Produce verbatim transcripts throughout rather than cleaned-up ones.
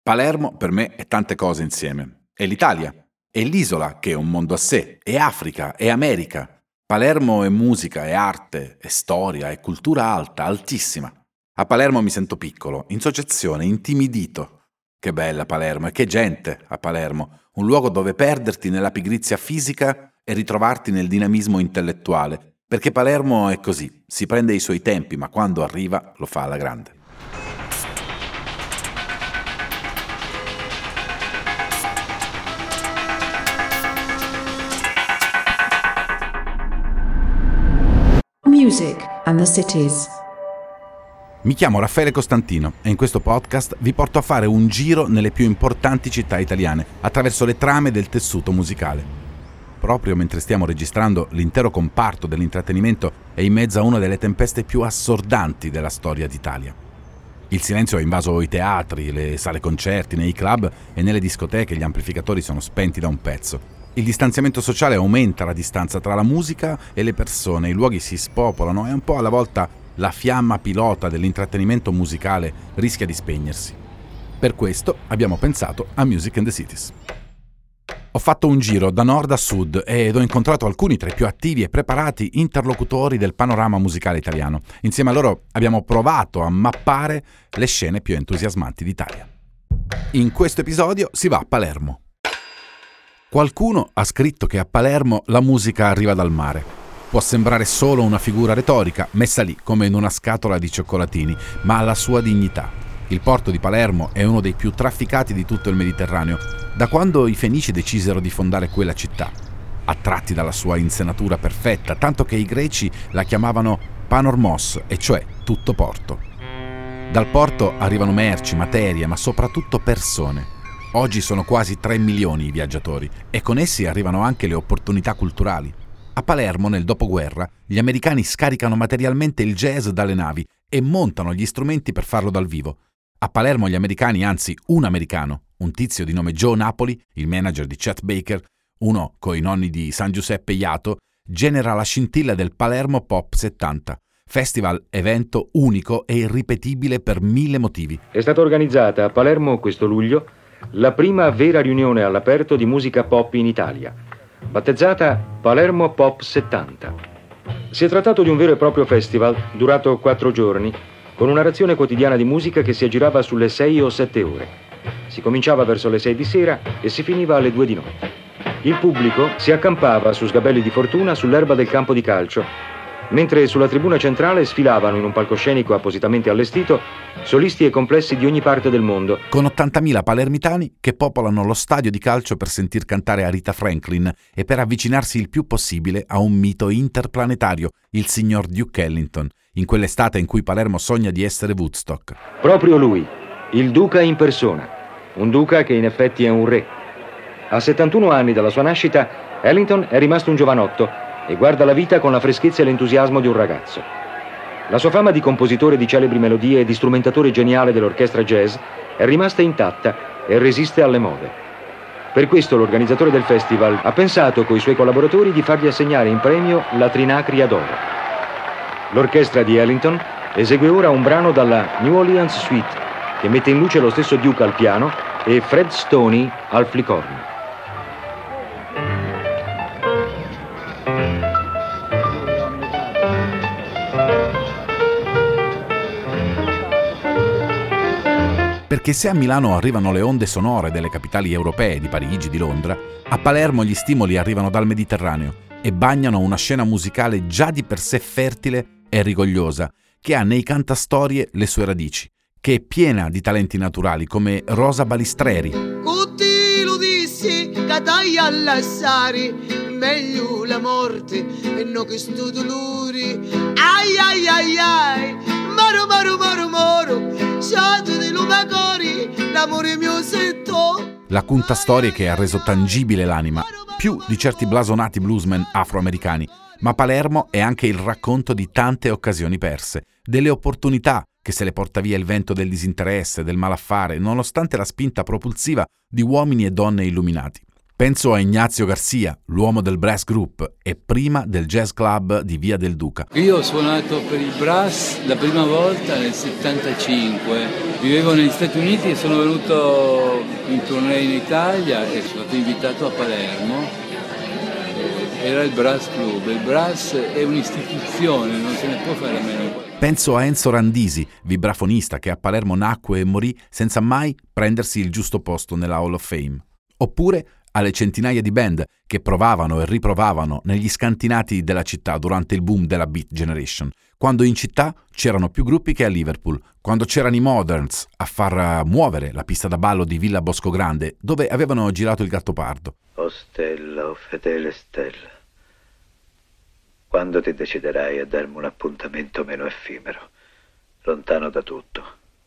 Palermo per me è tante cose insieme. È l'Italia, è l'isola che è un mondo a sé, è Africa, è America. Palermo è musica, è arte, è storia, è cultura alta, altissima. A Palermo mi sento piccolo, in soggezione, intimidito. Che bella Palermo e che gente a Palermo, un luogo dove perderti nella pigrizia fisica e ritrovarti nel dinamismo intellettuale, perché Palermo è così, si prende i suoi tempi, ma quando arriva lo fa alla grande. Music and the Cities. Mi chiamo Raffaele Costantino e in questo podcast vi porto a fare un giro nelle più importanti città italiane, attraverso le trame del tessuto musicale. Proprio mentre stiamo registrando, l'intero comparto dell'intrattenimento è in mezzo a una delle tempeste più assordanti della storia d'Italia. Il silenzio ha invaso i teatri, le sale concerti, nei club e nelle discoteche gli amplificatori sono spenti da un pezzo. Il distanziamento sociale aumenta la distanza tra la musica e le persone, i luoghi si spopolano e un po' alla volta la fiamma pilota dell'intrattenimento musicale rischia di spegnersi. Per questo abbiamo pensato a Music and the Cities. Ho fatto un giro da nord a sud ed ho incontrato alcuni tra i più attivi e preparati interlocutori del panorama musicale italiano. Insieme a loro abbiamo provato a mappare le scene più entusiasmanti d'Italia. In questo episodio si va a Palermo. Qualcuno ha scritto che a Palermo la musica arriva dal mare. Può sembrare solo una figura retorica, messa lì come in una scatola di cioccolatini, ma ha la sua dignità. Il porto di Palermo è uno dei più trafficati di tutto il Mediterraneo, da quando i Fenici decisero di fondare quella città, attratti dalla sua insenatura perfetta, tanto che i greci la chiamavano Panormos, e cioè tutto porto. Dal porto arrivano merci, materie, ma soprattutto persone. Oggi sono quasi tre milioni i viaggiatori e con essi arrivano anche le opportunità culturali. A Palermo, nel dopoguerra, gli americani scaricano materialmente il jazz dalle navi e montano gli strumenti per farlo dal vivo. A Palermo gli americani, anzi un americano, un tizio di nome Joe Napoli, il manager di Chet Baker, uno coi nonni di San Giuseppe Iato, genera la scintilla del Palermo Pop settanta. Festival evento unico e irripetibile per mille motivi. È stata organizzata a Palermo questo luglio la prima vera riunione all'aperto di musica pop in Italia, battezzata Palermo Pop settanta. Si è trattato di un vero e proprio festival durato quattro giorni, con una razione quotidiana di musica che si aggirava sulle sei o sette ore. Si cominciava verso le sei di sera e si finiva alle due di notte. Il pubblico si accampava su sgabelli di fortuna sull'erba del campo di calcio, mentre sulla tribuna centrale sfilavano in un palcoscenico appositamente allestito solisti e complessi di ogni parte del mondo. Con ottantamila palermitani che popolano lo stadio di calcio per sentir cantare Aretha Franklin e per avvicinarsi il più possibile a un mito interplanetario, il signor Duke Ellington, in quell'estate in cui Palermo sogna di essere Woodstock. Proprio lui, il duca in persona, un duca che in effetti è un re. A settantuno anni dalla sua nascita, Ellington è rimasto un giovanotto e guarda la vita con la freschezza e l'entusiasmo di un ragazzo. La sua fama di compositore di celebri melodie e di strumentatore geniale dell'orchestra jazz è rimasta intatta e resiste alle mode. Per questo l'organizzatore del festival ha pensato coi suoi collaboratori di fargli assegnare in premio la Trinacria d'Oro. L'orchestra di Ellington esegue ora un brano dalla New Orleans Suite che mette in luce lo stesso Duke al piano e Fred Stoney al flicorno. Perché se a Milano arrivano le onde sonore delle capitali europee, di Parigi, di Londra, a Palermo gli stimoli arrivano dal Mediterraneo e bagnano una scena musicale già di per sé fertile e rigogliosa, che ha nei cantastorie le sue radici, che è piena di talenti naturali come Rosa Balistreri. Tutti lo dissi che dai all'assari, meglio la morte e non che sto dolore. Ai ai ai ai, maro maro maro maro, sciato di lumacori, l'amore mio sento. La cantastorie che ha reso tangibile l'anima, più di certi blasonati bluesmen afroamericani, ma Palermo è anche il racconto di tante occasioni perse, delle opportunità che se le porta via il vento del disinteresse, del malaffare, nonostante la spinta propulsiva di uomini e donne illuminati. Penso a Ignazio Garcia, l'uomo del Brass Group e prima del Jazz Club di Via del Duca. Io ho suonato per il Brass la prima volta nel settantacinque, vivevo negli Stati Uniti e sono venuto in tournée in Italia e sono stato invitato a Palermo. Era il Brass Club, il Brass è un'istituzione, non se ne può fare a meno. Penso a Enzo Randisi, vibrafonista che a Palermo nacque e morì senza mai prendersi il giusto posto nella Hall of Fame. Oppure alle centinaia di band che provavano e riprovavano negli scantinati della città durante il boom della Beat Generation, quando in città c'erano più gruppi che a Liverpool, quando c'erano i Moderns a far muovere la pista da ballo di Villa Bosco Grande, dove avevano girato il Gattopardo. Oh stella, oh fedele stella, quando ti deciderai a darmi un appuntamento meno effimero, lontano da tutto,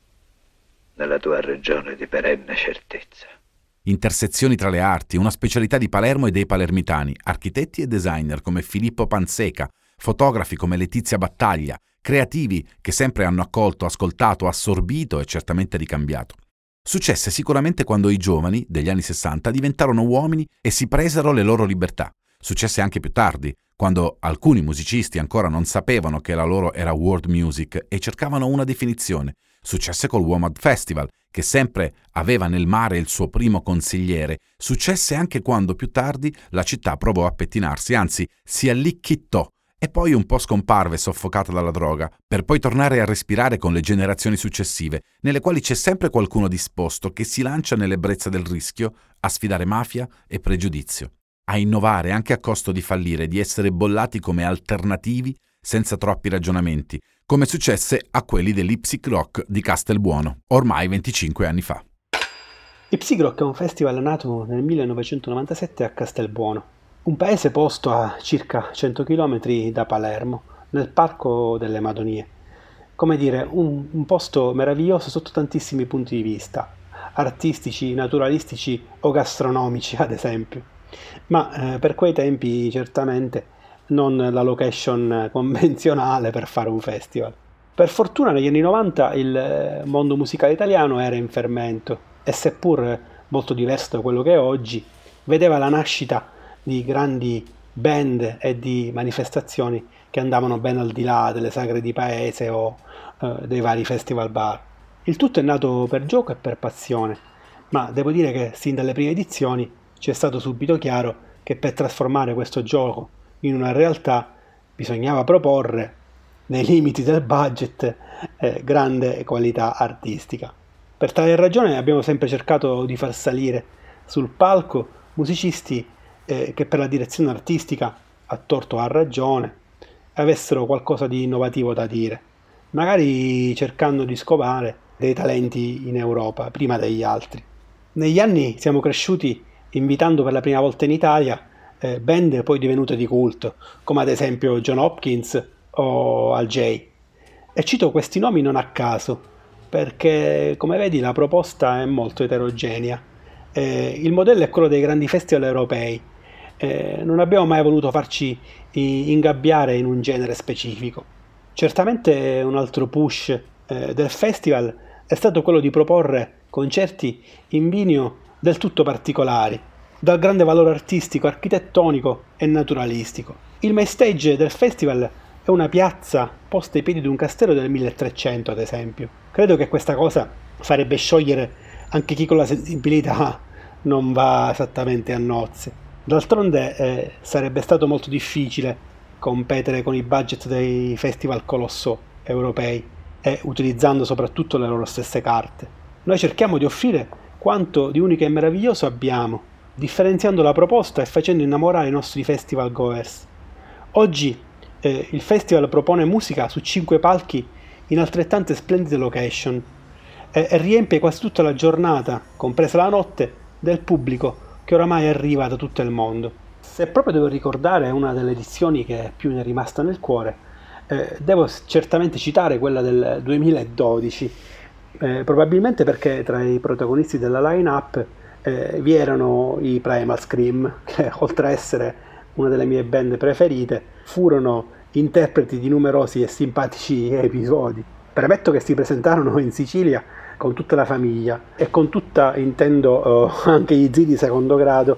nella tua regione di perenne certezza. Intersezioni tra le arti, una specialità di Palermo e dei palermitani, architetti e designer come Filippo Panseca, fotografi come Letizia Battaglia, creativi che sempre hanno accolto, ascoltato, assorbito e certamente ricambiato. Successe sicuramente quando i giovani degli anni sessanta diventarono uomini e si presero le loro libertà. Successe anche più tardi, quando alcuni musicisti ancora non sapevano che la loro era world music e cercavano una definizione. Successe col W O M A D Festival, che sempre aveva nel mare il suo primo consigliere. Successe anche quando più tardi la città provò a pettinarsi, anzi si allicchittò e poi un po' scomparve soffocata dalla droga, per poi tornare a respirare con le generazioni successive, nelle quali c'è sempre qualcuno disposto che si lancia nell'ebbrezza del rischio a sfidare mafia e pregiudizio, a innovare anche a costo di fallire, di essere bollati come alternativi senza troppi ragionamenti, come successe a quelli dell'I P S Y C Rock di Castelbuono, ormai venticinque anni fa. I P S Y C Rock è un festival nato nel millenovecentonovantasette a Castelbuono, un paese posto a circa cento chilometri da Palermo, nel Parco delle Madonie. Come dire, un, un posto meraviglioso sotto tantissimi punti di vista, artistici, naturalistici o gastronomici, ad esempio. Ma eh, per quei tempi certamente non la location convenzionale per fare un festival. Per fortuna negli anni novanta il mondo musicale italiano era in fermento e seppur molto diverso da quello che è oggi, vedeva la nascita di grandi band e di manifestazioni che andavano ben al di là delle sagre di paese o eh, dei vari festival bar. Il tutto è nato per gioco e per passione, ma devo dire che sin dalle prime edizioni ci è stato subito chiaro che per trasformare questo gioco in una realtà bisognava proporre, nei limiti del budget, eh, grande qualità artistica. Per tale ragione abbiamo sempre cercato di far salire sul palco musicisti eh, che per la direzione artistica, a torto o a ragione, avessero qualcosa di innovativo da dire, magari cercando di scovare dei talenti in Europa prima degli altri. Negli anni siamo cresciuti invitando per la prima volta in Italia eh, band poi divenute di culto, come ad esempio John Hopkins o Al Jay. E cito questi nomi non a caso, perché come vedi la proposta è molto eterogenea. Eh, il modello è quello dei grandi festival europei. Eh, non abbiamo mai voluto farci ingabbiare in un genere specifico. Certamente un altro push eh, del festival è stato quello di proporre concerti in vinilo del tutto particolari, dal grande valore artistico, architettonico e naturalistico. Il main stage del festival è una piazza posta ai piedi di un castello del milletrecento, ad esempio. Credo che questa cosa farebbe sciogliere anche chi con la sensibilità non va esattamente a nozze. D'altronde eh, sarebbe stato molto difficile competere con i budget dei festival colosso europei e utilizzando soprattutto le loro stesse carte. Noi cerchiamo di offrire quanto di unico e meraviglioso abbiamo, differenziando la proposta e facendo innamorare i nostri festival goers. Oggi eh, il festival propone musica su cinque palchi in altrettante splendide location e, e riempie quasi tutta la giornata, compresa la notte, del pubblico che oramai arriva da tutto il mondo. Se proprio devo ricordare una delle edizioni che più mi è rimasta nel cuore, eh, devo certamente citare quella del duemiladodici, eh, probabilmente perché tra i protagonisti della line-up eh, vi erano i Primal Scream, che oltre a essere una delle mie band preferite, furono interpreti di numerosi e simpatici episodi. Premetto che si presentarono in Sicilia con tutta la famiglia e con tutta, intendo, uh, anche gli zii di secondo grado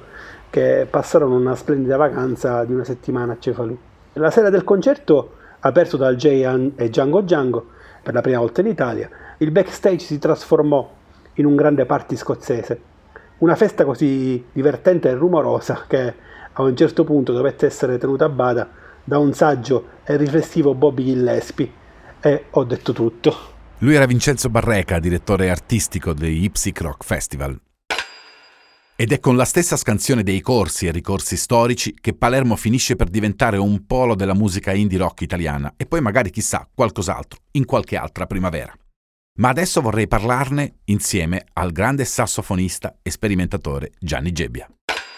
che passarono una splendida vacanza di una settimana a Cefalù. La sera del concerto, aperto dal J e Django Django per la prima volta in Italia, il backstage si trasformò in un grande party scozzese. Una festa così divertente e rumorosa che a un certo punto dovette essere tenuta a bada da un saggio e riflessivo Bobby Gillespie. E ho detto tutto. Lui era Vincenzo Barreca, direttore artistico degli Ipsic Rock Festival. Ed è con la stessa scansione dei corsi e ricorsi storici che Palermo finisce per diventare un polo della musica indie rock italiana e poi magari chissà qualcos'altro in qualche altra primavera. Ma adesso vorrei parlarne insieme al grande sassofonista e sperimentatore Gianni Gebbia.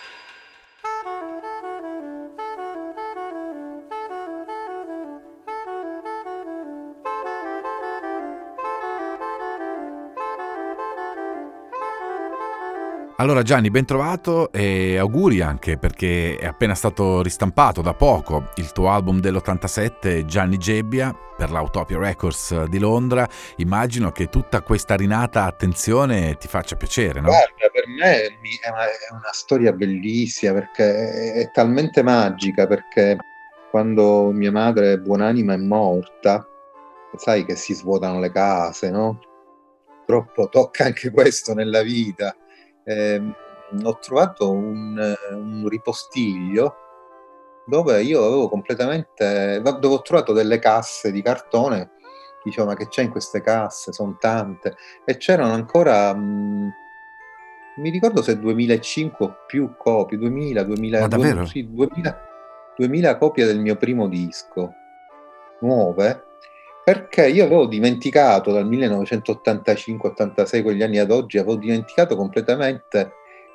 Allora Gianni, ben trovato e auguri anche perché è appena stato ristampato da poco il tuo album dell'ottantasette, Gianni Gebbia, per l'Utopia Records di Londra. Immagino che tutta questa rinata attenzione ti faccia piacere, no? Guarda, per me è una, è una storia bellissima perché è talmente magica, perché quando mia madre buonanima è morta, sai che si svuotano le case, no? Purtroppo tocca anche questo nella vita. Eh, ho trovato un, un ripostiglio dove io avevo completamente dove ho trovato delle casse di cartone. Dicevo, ma che c'è in queste casse? Sono tante. E c'erano ancora mh, mi ricordo se duemilacinque o più copie, duemila, duemila, ma davvero? duemila, sì, duemila, duemila copie del mio primo disco, nuove, perché io avevo dimenticato dal millenovecentottantacinque ottantasei, quegli anni ad oggi, avevo dimenticato completamente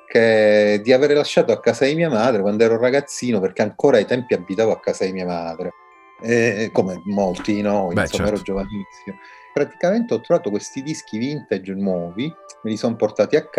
che, di aver lasciato a casa di mia madre quando ero ragazzino, perché ancora ai tempi abitavo a casa di mia madre, e, come molti di noi, Beh, insomma, certo. ero giovanissimo. Praticamente ho trovato questi dischi vintage nuovi, me li sono portati a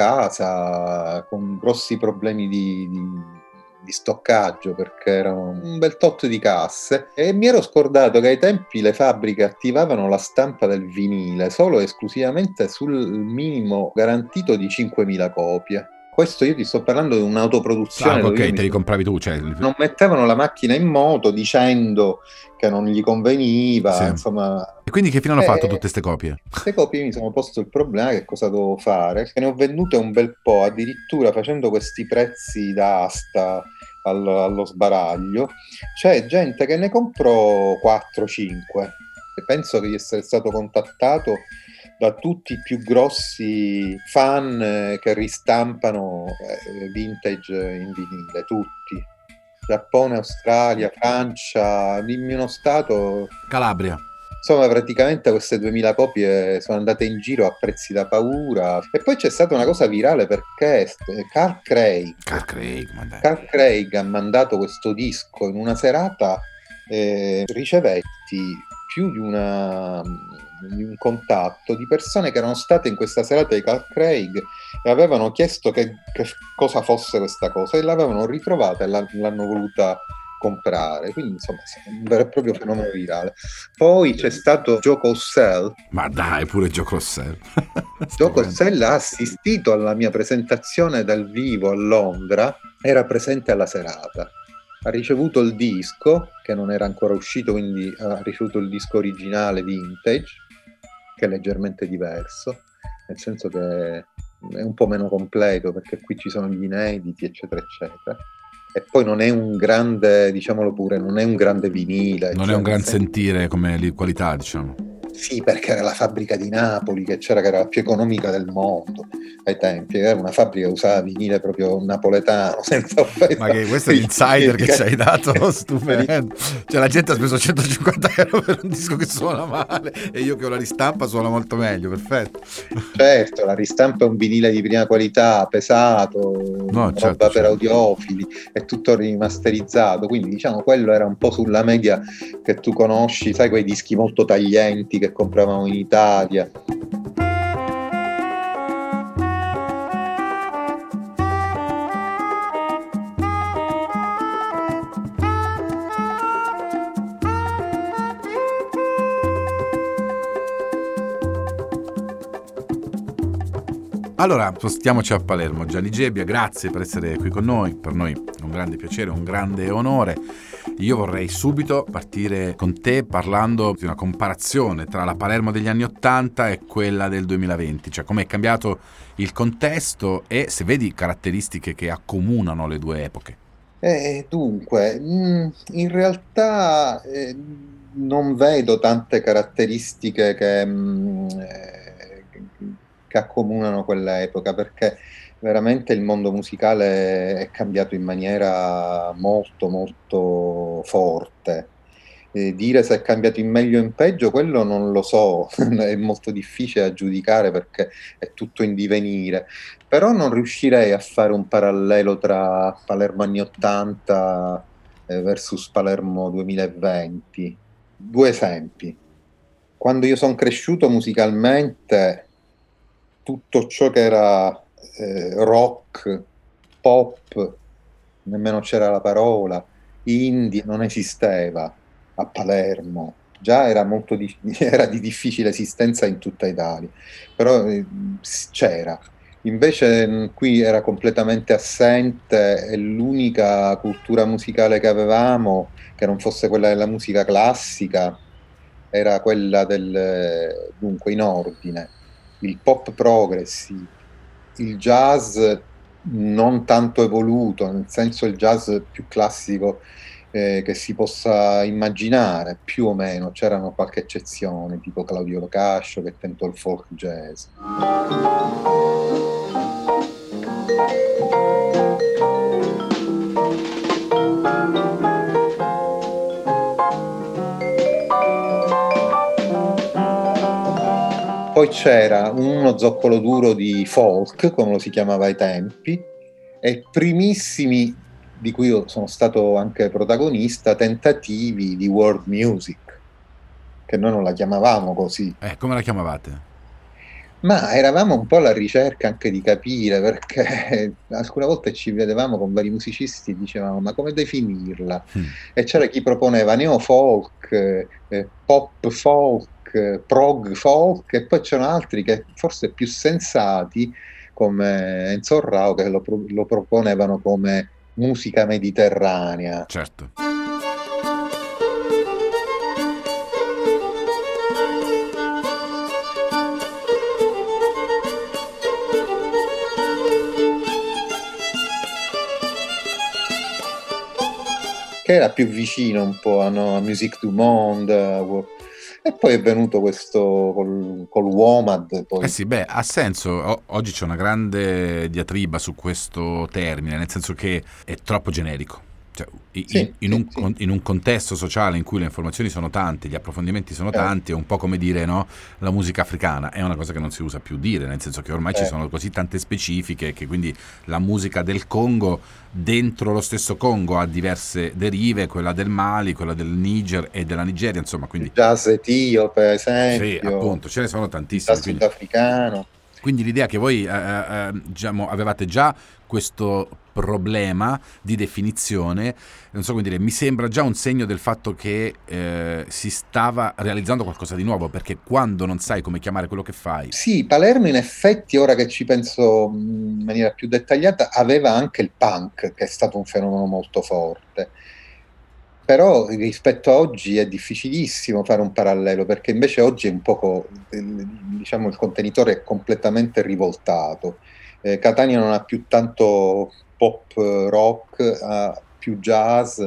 casa con grossi problemi di... di di stoccaggio, perché erano un bel tot di casse, e mi ero scordato che ai tempi le fabbriche attivavano la stampa del vinile solo e esclusivamente sul minimo garantito di cinquemila copie. Questo io ti sto parlando di un'autoproduzione. Ah, ok, te mi... li compravi tu, cioè... non mettevano la macchina in moto dicendo che non gli conveniva, Sì. Insomma. E quindi che fine hanno eh, fatto tutte queste copie? Queste copie mi sono posto il problema che cosa dovevo fare, che ne ho vendute un bel po', addirittura facendo questi prezzi d'asta allo, allo sbaraglio. C'è gente che ne comprò quattro cinque, e penso di essere stato contattato da tutti i più grossi fan eh, che ristampano eh, vintage in vinile, tutti. Giappone, Australia, Francia, dimmi uno stato. Calabria. Insomma, praticamente queste duemila copie sono andate in giro a prezzi da paura. E poi c'è stata una cosa virale perché Carl Craig, Carl Craig, ma dai. Carl Craig ha mandato questo disco in una serata e ricevetti più di, una, di un contatto di persone che erano state in questa serata di Carl Craig e avevano chiesto che, che cosa fosse questa cosa, e l'avevano ritrovata e l'hanno voluta comprare. Quindi insomma è un vero e proprio fenomeno virale. Poi c'è stato Joe Cossell. Ma dai, pure Joe Cossell. Joe Cossell ha assistito alla mia presentazione dal vivo a Londra, era presente alla serata, ha ricevuto il disco che non era ancora uscito, quindi ha ricevuto il disco originale vintage, che è leggermente diverso, nel senso che è un po' meno completo perché qui ci sono gli inediti eccetera eccetera. E poi non è un grande, diciamolo pure, non è un grande vinile. Non cioè è un gran senso... sentire come li- qualità, diciamo. Sì, perché era la fabbrica di Napoli che c'era, che era la più economica del mondo ai tempi, era una fabbrica che usava vinile proprio napoletano, senza offesa. Ma che questo è l'insider che ci hai dato, stupendo. Cioè la gente ha speso centocinquanta euro per un disco che suona male e io che ho la ristampa suona molto meglio, perfetto. Certo, la ristampa è un vinile di prima qualità, pesato, no, roba certo, per certo. audiofili, è tutto rimasterizzato, quindi diciamo quello era un po' sulla media che tu conosci, sai, quei dischi molto taglienti che compravamo in Italia. Allora, spostiamoci a Palermo. Gianni Gebbia, grazie per essere qui con noi. Per noi è un grande piacere, un grande onore. Io vorrei subito partire con te parlando di una comparazione tra la Palermo degli anni Ottanta e quella del duemilaventi, cioè come è cambiato il contesto e se vedi caratteristiche che accomunano le due epoche. Eh, dunque, mh, in realtà eh, non vedo tante caratteristiche che, mh, eh, che accomunano quell'epoca, perché veramente il mondo musicale è cambiato in maniera molto molto forte. Eh, dire se è cambiato in meglio o in peggio, quello non lo so, è molto difficile da giudicare perché è tutto in divenire, però non riuscirei a fare un parallelo tra Palermo anni ottanta eh, versus Palermo duemilaventi. Due esempi. Quando io sono cresciuto musicalmente, tutto ciò che era eh, rock, pop, nemmeno c'era la parola, indie, non esisteva a Palermo. Già era, molto di, era di difficile esistenza in tutta Italia, però eh, c'era. Invece mh, qui era completamente assente e l'unica cultura musicale che avevamo, che non fosse quella della musica classica, era quella del, dunque in ordine, il pop progressive, il jazz non tanto evoluto, nel senso il jazz più classico eh, che si possa immaginare, più o meno, c'erano qualche eccezione, tipo Claudio Locascio che tentò il folk jazz. Poi c'era uno zoccolo duro di folk, come lo si chiamava ai tempi, e primissimi, di cui io sono stato anche protagonista, tentativi di world music, che noi non la chiamavamo così. Eh, come la chiamavate? Ma eravamo un po' alla ricerca anche di capire, perché alcune volte ci vedevamo con vari musicisti e dicevamo ma come definirla? Mm. E c'era chi proponeva neo folk, eh, pop folk, prog folk, e poi c'erano altri che forse più sensati come Enzo Rao che lo, lo proponevano come musica mediterranea. Certo. Che era più vicino un po' a, no, a Musique du Monde. E poi è venuto questo col, col WOMAD. Poi. Eh sì, beh, ha senso. O- oggi c'è una grande diatriba su questo termine, nel senso che è troppo generico. Cioè, in, sì, in, sì, un, sì. in un contesto sociale in cui le informazioni sono tante, gli approfondimenti sono certo. tanti, è un po' come dire, no? La musica africana è una cosa che non si usa più dire, nel senso che ormai certo. ci sono così tante specifiche che quindi la musica del Congo dentro lo stesso Congo ha diverse derive, quella del Mali, quella del Niger e della Nigeria, insomma, quindi il jazz etio, per esempio. Sì, appunto, ce ne sono tantissimi. Il jazz sudafricano. Quindi l'idea che voi eh, eh, diciamo, avevate già questo problema di definizione, non so come dire, mi sembra già un segno del fatto che eh, si stava realizzando qualcosa di nuovo, perché quando non sai come chiamare quello che fai... Sì, Palermo in effetti, ora che ci penso in maniera più dettagliata, aveva anche il punk, che è stato un fenomeno molto forte. Però rispetto a oggi è difficilissimo fare un parallelo, perché invece oggi è un poco, diciamo, il contenitore è completamente rivoltato. Eh, Catania non ha più tanto pop rock, ha più jazz.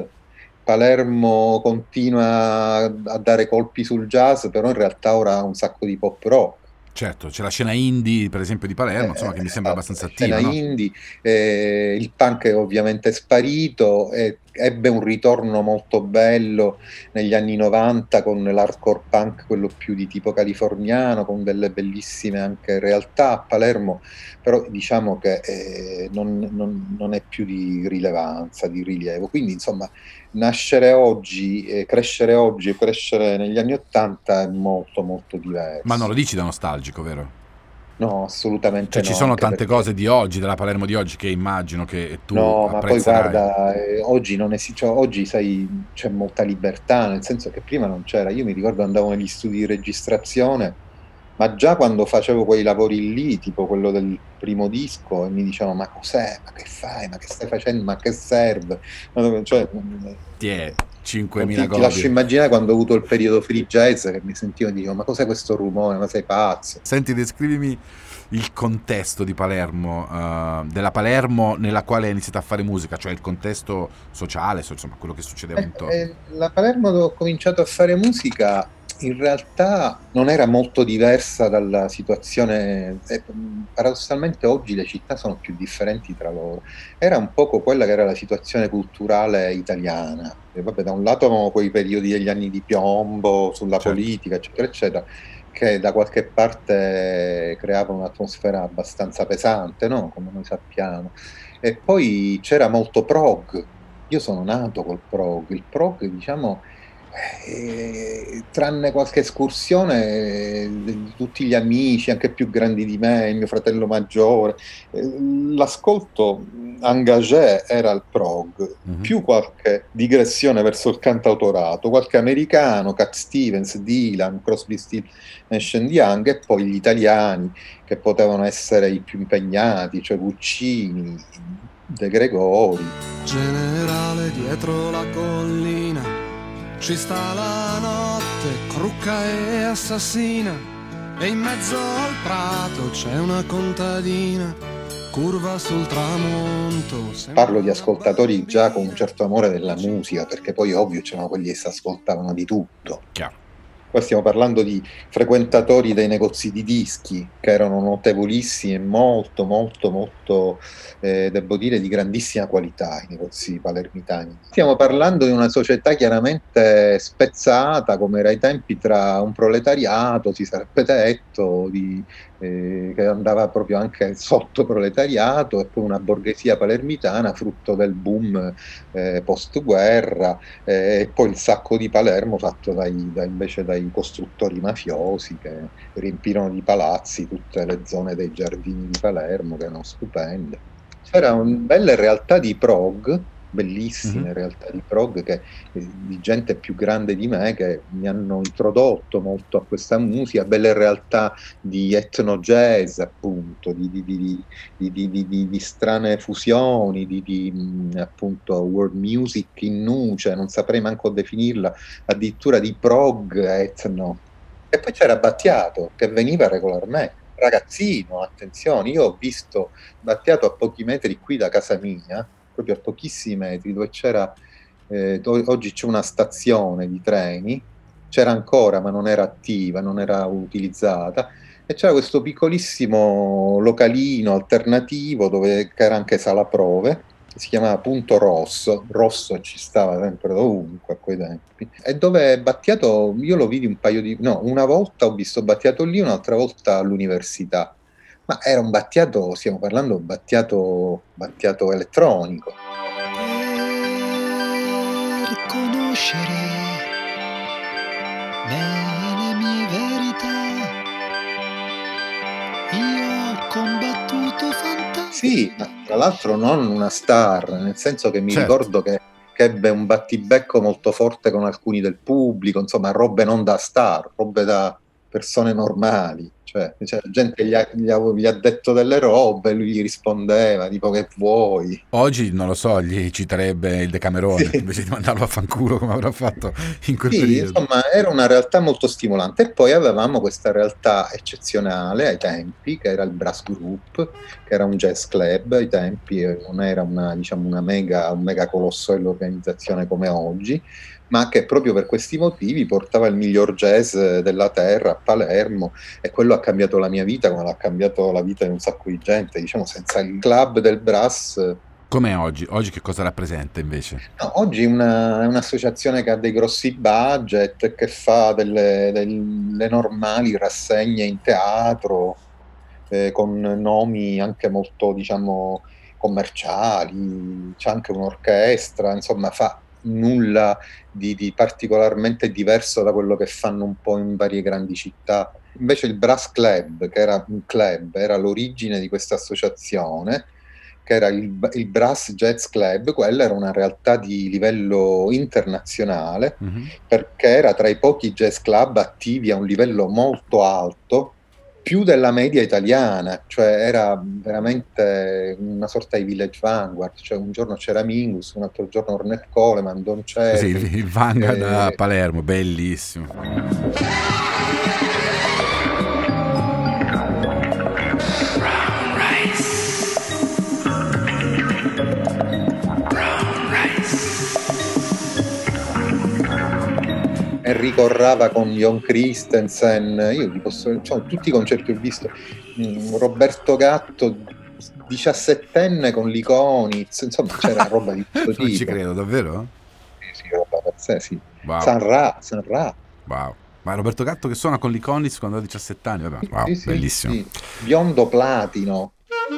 Palermo continua a dare colpi sul jazz, però in realtà ora ha un sacco di pop rock. Certo, c'è la scena indie, per esempio, di Palermo, insomma, eh, che mi sembra esatto, abbastanza attiva. La scena no? indie, eh, il punk è ovviamente sparito, eh, ebbe un ritorno molto bello negli anni novanta con l'hardcore punk, quello più di tipo californiano, con delle bellissime anche realtà a Palermo, però diciamo che eh, non, non, non è più di rilevanza, di rilievo. Quindi, insomma, nascere oggi, eh, crescere oggi e crescere negli anni Ottanta è molto molto diverso. Ma non lo dici da nostalgico, vero? No, assolutamente cioè, no. Ci sono tante perché... cose di oggi, della Palermo di oggi, che immagino che tu no, ma poi apprezzerai. guarda, eh, oggi non esiste, cioè, oggi sai, c'è molta libertà, nel senso che prima non c'era. Io mi ricordo andavo negli studi di registrazione ma già quando facevo quei lavori lì, tipo quello del primo disco, e mi dicevano ma cos'è, ma che fai, ma che stai facendo, ma che serve, cioè, ti è cinquemila ti, ti lascio immaginare quando ho avuto il periodo free jazz, che mi sentivo e dicevo ma cos'è questo rumore, ma sei pazzo. Senti, descrivimi il contesto di Palermo, uh, della Palermo nella quale hai iniziato a fare musica, cioè il contesto sociale, insomma quello che succedeva intorno. Eh, eh, la Palermo dove ho cominciato a fare musica in realtà non era molto diversa dalla situazione, eh, paradossalmente oggi le città sono più differenti tra loro, era un poco quella che era la situazione culturale italiana. E vabbè, da un lato avevamo quei periodi degli anni di piombo sulla certo. politica, eccetera, eccetera, che da qualche parte creava un'atmosfera abbastanza pesante, no? Come noi sappiamo. E poi c'era molto prog. Io sono nato col prog. Il prog, diciamo, eh, tranne qualche escursione, eh, tutti gli amici, anche più grandi di me, il mio fratello maggiore, eh, l'ascolto engagé era il prog, mm-hmm. più qualche digressione verso il cantautorato, qualche americano, Cat Stevens, Dylan, Crosby, Stills Nash and Young, e poi gli italiani che potevano essere i più impegnati, cioè Guccini, De Gregori. Generale, dietro la collina ci sta la notte, crucca e assassina, e in mezzo al prato c'è una contadina, curva sul tramonto. Parlo di ascoltatori già con un certo amore della musica, perché poi ovvio c'erano quelli che si ascoltavano di tutto. Chiaro. Qua stiamo parlando di frequentatori dei negozi di dischi, che erano notevolissimi e molto, molto, molto, eh, devo dire, di grandissima qualità, i negozi palermitani. Stiamo parlando di una società chiaramente spezzata, come era ai tempi, tra un proletariato, si sarebbe detto, di, eh, che andava proprio anche sotto proletariato, e poi una borghesia palermitana, frutto del boom eh, post-guerra, eh, e poi il sacco di Palermo fatto dai, da, invece dai i costruttori mafiosi che riempirono di palazzi tutte le zone dei giardini di Palermo, che erano stupende. C'era una bella realtà di prog, bellissime mm-hmm. realtà di prog, che, di gente più grande di me, che mi hanno introdotto molto a questa musica, belle realtà di etno jazz, appunto, di, di, di, di, di, di, di, di strane fusioni, di, di appunto world music in nuce, non saprei manco definirla, addirittura di prog etno. E poi c'era Battiato, che veniva regolarmente, ragazzino, attenzione, io ho visto Battiato a pochi metri qui da casa mia, proprio a pochissimi metri, dove c'era, eh, oggi c'è una stazione di treni, c'era ancora ma non era attiva, non era utilizzata, e c'era questo piccolissimo localino alternativo dove che era anche sala prove, che si chiamava Punto Rosso, Rosso ci stava sempre dovunque a quei tempi, e dove Battiato, io lo vidi un paio di, no, una volta ho visto Battiato lì, un'altra volta all'università. Ma era un Battiato, stiamo parlando di Battiato, Battiato elettronico. Per conoscere le mie verità, io ho combattuto fantasmi. Sì, ma tra l'altro non una star, nel senso che mi certo. ricordo che, che ebbe un battibecco molto forte con alcuni del pubblico, insomma robe non da star, robe da persone normali. Cioè, cioè la gente gli ha, gli, ha, gli ha detto delle robe, lui gli rispondeva, tipo che vuoi. Oggi, non lo so, gli citerebbe il Decamerone, sì. invece di mandarlo a fanculo come avrà fatto in quel sì, periodo. Insomma, era una realtà molto stimolante. E poi avevamo questa realtà eccezionale ai tempi, che era il Brass Group, che era un jazz club ai tempi, non era una, diciamo, una mega, un mega colosso dell'organizzazione come oggi, ma che proprio per questi motivi portava il miglior jazz della terra a Palermo, e quello ha cambiato la mia vita come l'ha cambiato la vita di un sacco di gente. Diciamo, senza il club del brass. Com'è oggi? Oggi che cosa rappresenta invece? No, oggi è una, è un'associazione che ha dei grossi budget, che fa delle, delle normali rassegne in teatro, eh, con nomi anche molto, diciamo, commerciali, c'è anche un'orchestra, insomma fa nulla di, di particolarmente diverso da quello che fanno un po' in varie grandi città. Invece il Brass Club, che era un club, era l'origine di questa associazione, che era il, il Brass Jazz Club. Quella era una realtà di livello internazionale, mm-hmm. perché era tra i pochi jazz club attivi a un livello molto alto, più della media italiana, cioè era veramente una sorta di village vanguard, cioè un giorno c'era Mingus, un altro giorno Ornette Coleman, Don Cherry. Sì, il, il Vanguard eh... a Palermo, bellissimo. Enrico Rava con Jon Christensen, io vi posso, cioè, tutti i concerti che ho visto, mm, Roberto Gatto diciassettenne con l'Iconiz, insomma c'era roba di questo tipo. Non ci credo, davvero? Sì, sì, roba per sé, sì. Wow. San Ra, San Ra. Wow. Ma Roberto Gatto che suona con l'Iconiz quando ha diciassette anni, vabbè, wow, sì, sì, bellissimo. Sì. Biondo platino.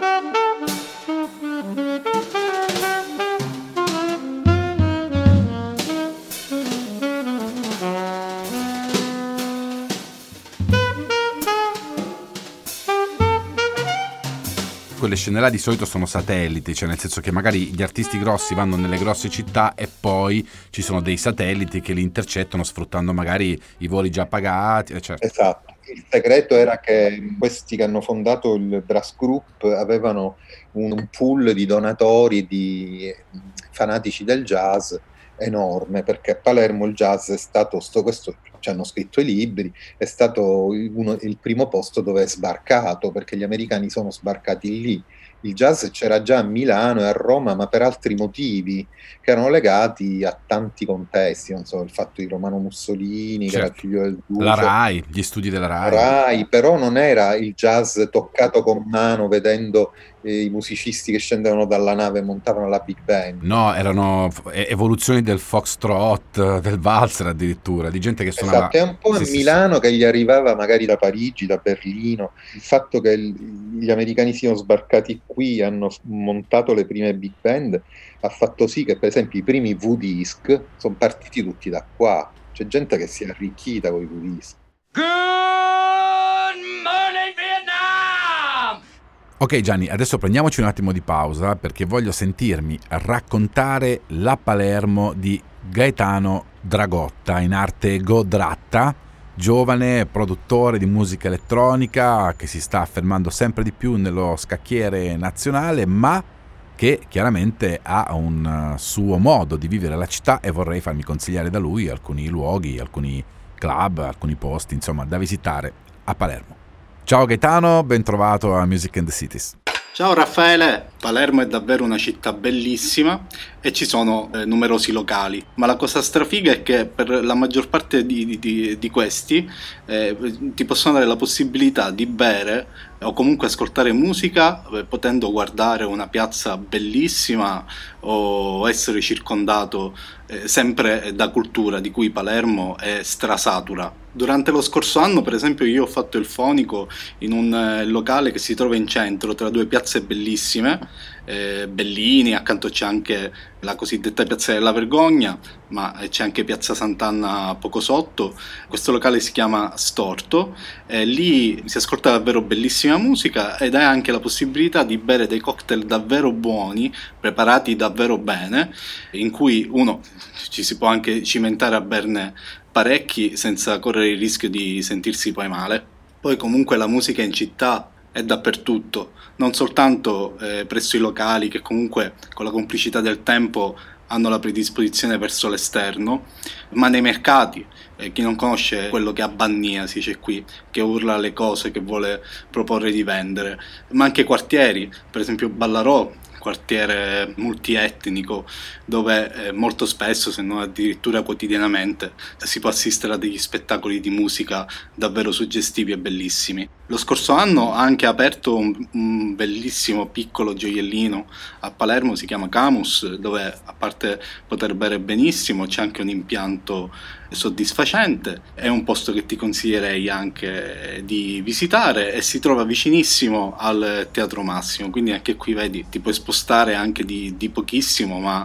Quelle scene là di solito sono satelliti, cioè nel senso che magari gli artisti grossi vanno nelle grosse città e poi ci sono dei satelliti che li intercettano sfruttando magari i voli già pagati, eccetera. Esatto, il segreto era che questi che hanno fondato il Brass Group avevano un pool di donatori, di fanatici del jazz enorme, perché a Palermo il jazz è stato, sto, questo ci hanno scritto i libri, è stato uno, il primo posto dove è sbarcato, perché gli americani sono sbarcati lì. Il jazz c'era già a Milano e a Roma, ma per altri motivi che erano legati a tanti contesti, non so, il fatto di Romano Mussolini, certo, che era figlio del duce, la Rai, gli studi della Rai. Rai, però non era il jazz toccato con mano vedendo eh, i musicisti che scendevano dalla nave e montavano la big band. No, erano evoluzioni del foxtrot, del valzer addirittura, di gente che suonava. Esatto, è un po' sì, a sì, Milano sì. che gli arrivava magari da Parigi, da Berlino, il fatto che il, gli americani siano sbarcati qui, hanno montato le prime big band, ha fatto sì che per esempio i primi V-Disc sono partiti tutti da qua. C'è gente che si è arricchita con i V-Disc. Good morning, Vietnam! Ok Gianni, adesso prendiamoci un attimo di pausa perché voglio sentirmi raccontare la Palermo di Gaetano Dragotta, in arte Godratta, giovane produttore di musica elettronica che si sta affermando sempre di più nello scacchiere nazionale, ma che chiaramente ha un suo modo di vivere la città e vorrei farmi consigliare da lui alcuni luoghi, alcuni club, alcuni posti, insomma, da visitare a Palermo. Ciao Gaetano, ben trovato a Music and the Cities. Ciao Raffaele, Palermo è davvero una città bellissima e ci sono eh, numerosi locali, ma la cosa strafiga è che per la maggior parte di, di, di questi eh, ti possono dare la possibilità di bere o comunque ascoltare musica eh, potendo guardare una piazza bellissima o essere circondato eh, sempre da cultura di cui Palermo è strasatura. Durante lo scorso anno, per esempio, io ho fatto il fonico in un eh, locale che si trova in centro tra due piazze bellissime, eh, Bellini, accanto c'è anche la cosiddetta Piazza della Vergogna, ma c'è anche Piazza Sant'Anna poco sotto. Questo locale si chiama Storto e lì si ascolta davvero bellissima musica ed hai anche la possibilità di bere dei cocktail davvero buoni, preparati davvero bene, in cui uno ci si può anche cimentare a berne parecchi senza correre il rischio di sentirsi poi male. Poi comunque la musica in città è dappertutto, non soltanto eh, presso i locali che comunque con la complicità del tempo hanno la predisposizione verso l'esterno, ma nei mercati. Eh, chi non conosce quello che ha Bannia, si dice qui, che urla le cose che vuole proporre di vendere, ma anche quartieri, per esempio Ballarò, quartiere multietnico dove eh, molto spesso, se non addirittura quotidianamente, si può assistere a degli spettacoli di musica davvero suggestivi e bellissimi. Lo scorso anno ha anche aperto un, un bellissimo piccolo gioiellino a Palermo, si chiama Camus, dove a parte poter bere benissimo c'è anche un impianto soddisfacente, è un posto che ti consiglierei anche di visitare e si trova vicinissimo al Teatro Massimo, quindi anche qui vedi ti puoi spostare anche di, di pochissimo ma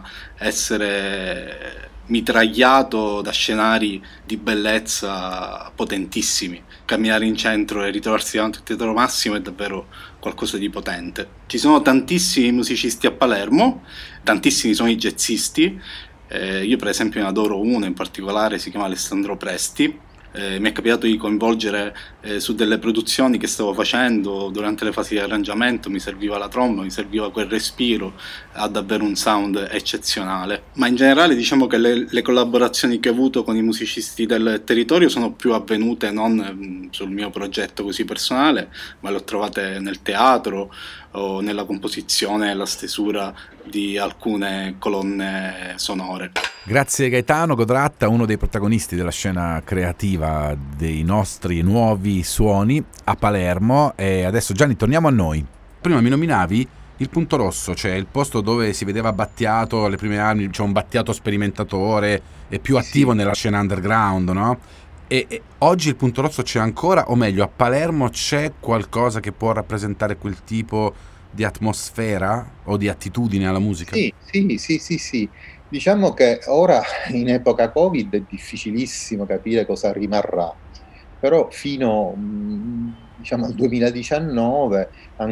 essere mitragliato da scenari di bellezza potentissimi. Camminare in centro e ritrovarsi davanti al Teatro Massimo è davvero qualcosa di potente. Ci sono tantissimi musicisti a Palermo, tantissimi sono i jazzisti. Eh, io per esempio ne adoro uno in particolare, si chiama Alessandro Presti, Eh, mi è capitato di coinvolgere eh, su delle produzioni che stavo facendo durante le fasi di arrangiamento, mi serviva la tromba, mi serviva quel respiro, ha davvero un sound eccezionale. Ma in generale diciamo che le, le collaborazioni che ho avuto con i musicisti del territorio sono più avvenute non mh, sul mio progetto così personale, ma le ho trovate nel teatro o nella composizione e la stesura di alcune colonne sonore. Grazie Gaetano Godratta, uno dei protagonisti della scena creativa dei nostri nuovi suoni a Palermo. E adesso Gianni, torniamo a noi. Prima mi nominavi il Punto Rosso, cioè il posto dove si vedeva Battiato alle prime armi, c'è un Battiato sperimentatore e più attivo sì. nella scena underground, no? E, e oggi il Punto Rosso c'è ancora, o meglio a Palermo c'è qualcosa che può rappresentare quel tipo di atmosfera o di attitudine alla musica? Sì, sì, sì, sì, sì. Diciamo che ora in epoca Covid è difficilissimo capire cosa rimarrà, però fino diciamo al duemiladiciannove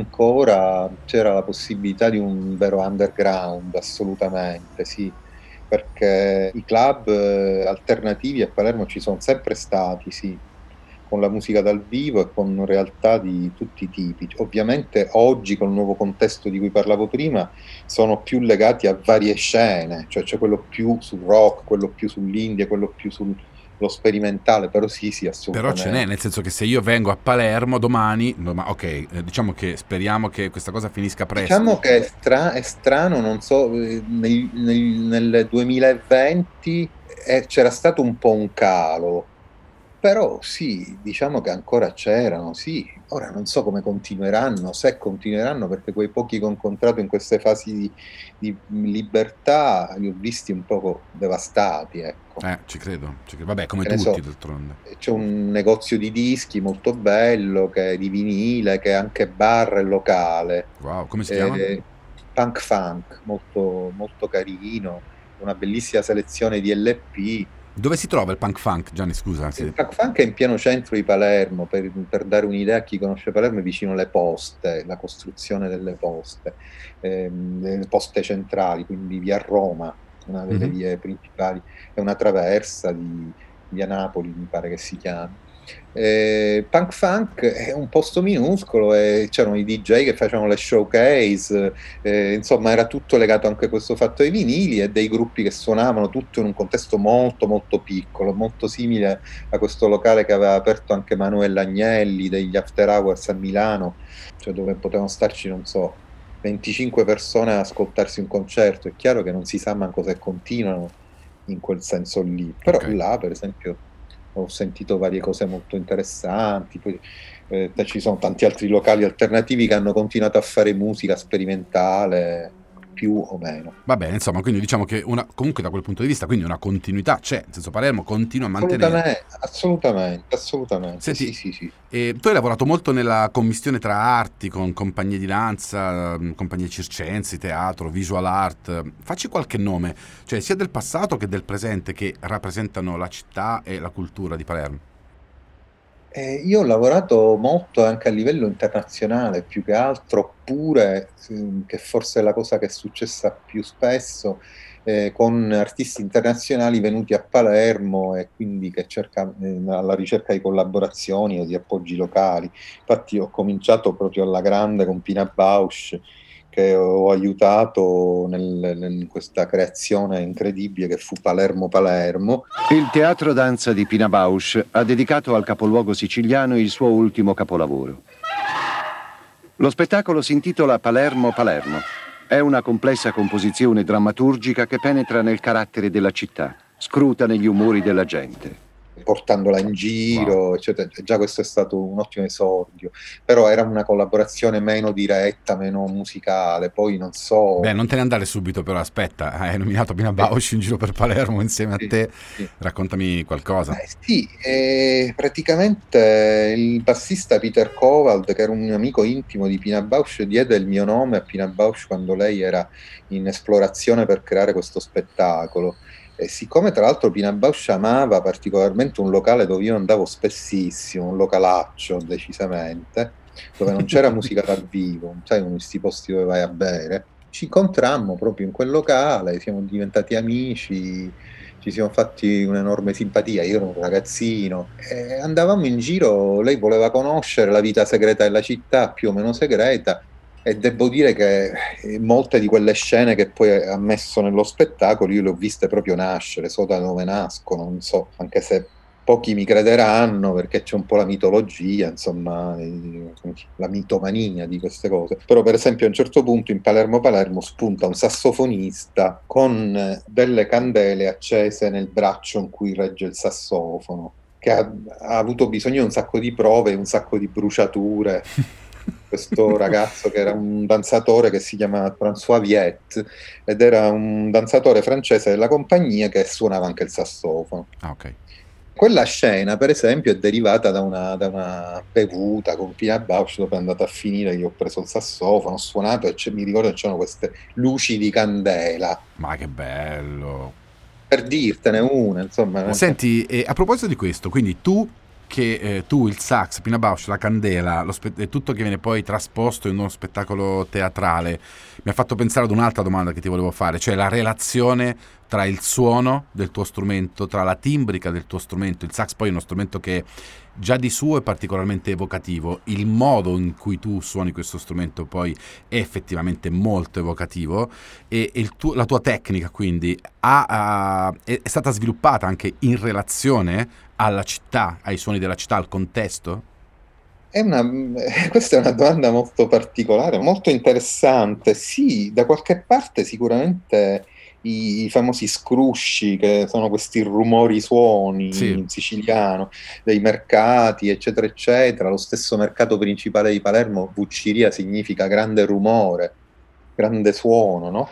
ancora c'era la possibilità di un vero underground, assolutamente, sì. Perché i club eh, alternativi a Palermo ci sono sempre stati, sì, con la musica dal vivo e con realtà di tutti i tipi. Ovviamente oggi, col nuovo contesto di cui parlavo prima, sono più legati a varie scene, cioè c'è quello più sul rock, quello più sull'indie, quello più sullo sperimentale, però sì, sì, assolutamente. Però ce n'è, nel senso che se io vengo a Palermo domani, doma- ok, eh, diciamo che speriamo che questa cosa finisca presto. Diciamo che è, stra- è strano, non so, nel, nel, nel duemilaventi eh, c'era stato un po' un calo, però sì, diciamo che ancora c'erano, sì. Ora non so come continueranno, se continueranno, perché quei pochi che ho incontrato in queste fasi di, di libertà li ho visti un poco devastati, ecco. Eh, ci credo, ci credo. Vabbè, come Che ne tutti so, d'altronde. c'è un negozio di dischi molto bello, che è di vinile, che è anche bar e locale. Wow, come si Eh, chiama? Punk Funk, molto, molto carino, una bellissima selezione di L P. Dove si trova il Punk Funk, Gianni, scusa? Sì. Il Punk Funk è in pieno centro di Palermo, per, per dare un'idea a chi conosce Palermo, è vicino alle poste, la costruzione delle poste, ehm, le poste centrali, quindi via Roma, una delle Mhm. vie principali, è una traversa di via Napoli, mi pare che si chiami. Eh, Punk Funk è un posto minuscolo e c'erano i D J che facevano le showcase, eh, insomma era tutto legato anche a questo fatto ai vinili e dei gruppi che suonavano tutto in un contesto molto molto piccolo, molto simile a questo locale che aveva aperto anche Manuel Agnelli degli After Hours a Milano, cioè dove potevano starci, non so, venticinque persone ad ascoltarsi un concerto. È chiaro che non si sa manco se continuano in quel senso lì, però Ok. là per esempio ho sentito varie cose molto interessanti, poi eh, ci sono tanti altri locali alternativi che hanno continuato a fare musica sperimentale, più o meno. Va bene, insomma, quindi diciamo che una, comunque da quel punto di vista, quindi una continuità c'è, nel senso Palermo continua a mantenere. Assolutamente, assolutamente, assolutamente, Senti, sì, sì, sì. e tu hai lavorato molto nella commistione tra arti, con compagnie di danza, mh, compagnie circensi, teatro, visual art. Facci qualche nome, cioè sia del passato che del presente, che rappresentano la città e la cultura di Palermo. Eh, io ho lavorato molto anche a livello internazionale, più che altro, pure, ehm, che forse è la cosa che è successa più spesso, eh, con artisti internazionali venuti a Palermo e quindi che cerca, eh, alla ricerca di collaborazioni o di appoggi locali. Infatti ho cominciato proprio alla grande con Pina Bausch, che ho aiutato nel- nel- in questa creazione incredibile che fu Palermo-Palermo. Il teatro danza di Pina Bausch ha dedicato al capoluogo siciliano il suo ultimo capolavoro. Lo spettacolo si intitola Palermo-Palermo. È una complessa composizione drammaturgica che penetra nel carattere della città, scruta negli umori della gente, portandola in giro, wow. eccetera. Già questo è stato un ottimo esordio, però era una collaborazione meno diretta, meno musicale, poi non so... Beh, non te ne andare subito, però aspetta, hai nominato Pina Bausch in giro per Palermo insieme sì, a te, sì. Raccontami qualcosa. Eh, sì, eh, praticamente il bassista Peter Kowald, che era un amico intimo di Pina Bausch, diede il mio nome a Pina Bausch quando lei era in esplorazione per creare questo spettacolo. E siccome tra l'altro Pina Bausch amava particolarmente un locale dove io andavo spessissimo, un localaccio decisamente, dove non c'era musica dal vivo, sai, in questi posti dove vai a bere, ci incontrammo proprio in quel locale, siamo diventati amici, ci siamo fatti un'enorme simpatia, io ero un ragazzino, e andavamo in giro, lei voleva conoscere la vita segreta della città, più o meno segreta, e devo dire che molte di quelle scene che poi ha messo nello spettacolo io le ho viste proprio nascere, so da dove nascono, non so, anche se pochi mi crederanno perché c'è un po' la mitologia, insomma, la mitomania di queste cose. Però per esempio a un certo punto in Palermo Palermo spunta un sassofonista con delle candele accese nel braccio in cui regge il sassofono, che ha, ha avuto bisogno di un sacco di prove e un sacco di bruciature. Questo ragazzo che era un danzatore che si chiama François Viet ed era un danzatore francese della compagnia che suonava anche il sassofono. Ah, ok. Quella scena, per esempio, è derivata da una, da una bevuta con Pina Bausch, dove è andata a finire, io ho preso il sassofono, ho suonato e mi ricordo che c'erano queste luci di candela. Ma che bello! Per dirtene una, insomma. Senti, eh, a proposito di questo, quindi tu che eh, tu, il sax, Pina Bausch, la candela, lo spe- è tutto che viene poi trasposto in uno spettacolo teatrale, mi ha fatto pensare ad un'altra domanda che ti volevo fare, cioè la relazione tra il suono del tuo strumento, tra la timbrica del tuo strumento. Il sax poi è uno strumento che già di suo è particolarmente evocativo, il modo in cui tu suoni questo strumento poi è effettivamente molto evocativo, e, e il tuo, la tua tecnica quindi ha, ha, è, è stata sviluppata anche in relazione alla città, ai suoni della città, al contesto? È una, questa è una domanda molto particolare, molto interessante. Sì, da qualche parte sicuramente i, i famosi scrusci, che sono questi rumori suoni Sì. in siciliano, dei mercati, eccetera, eccetera. Lo stesso mercato principale di Palermo, Vucciria, significa grande rumore, grande suono, no?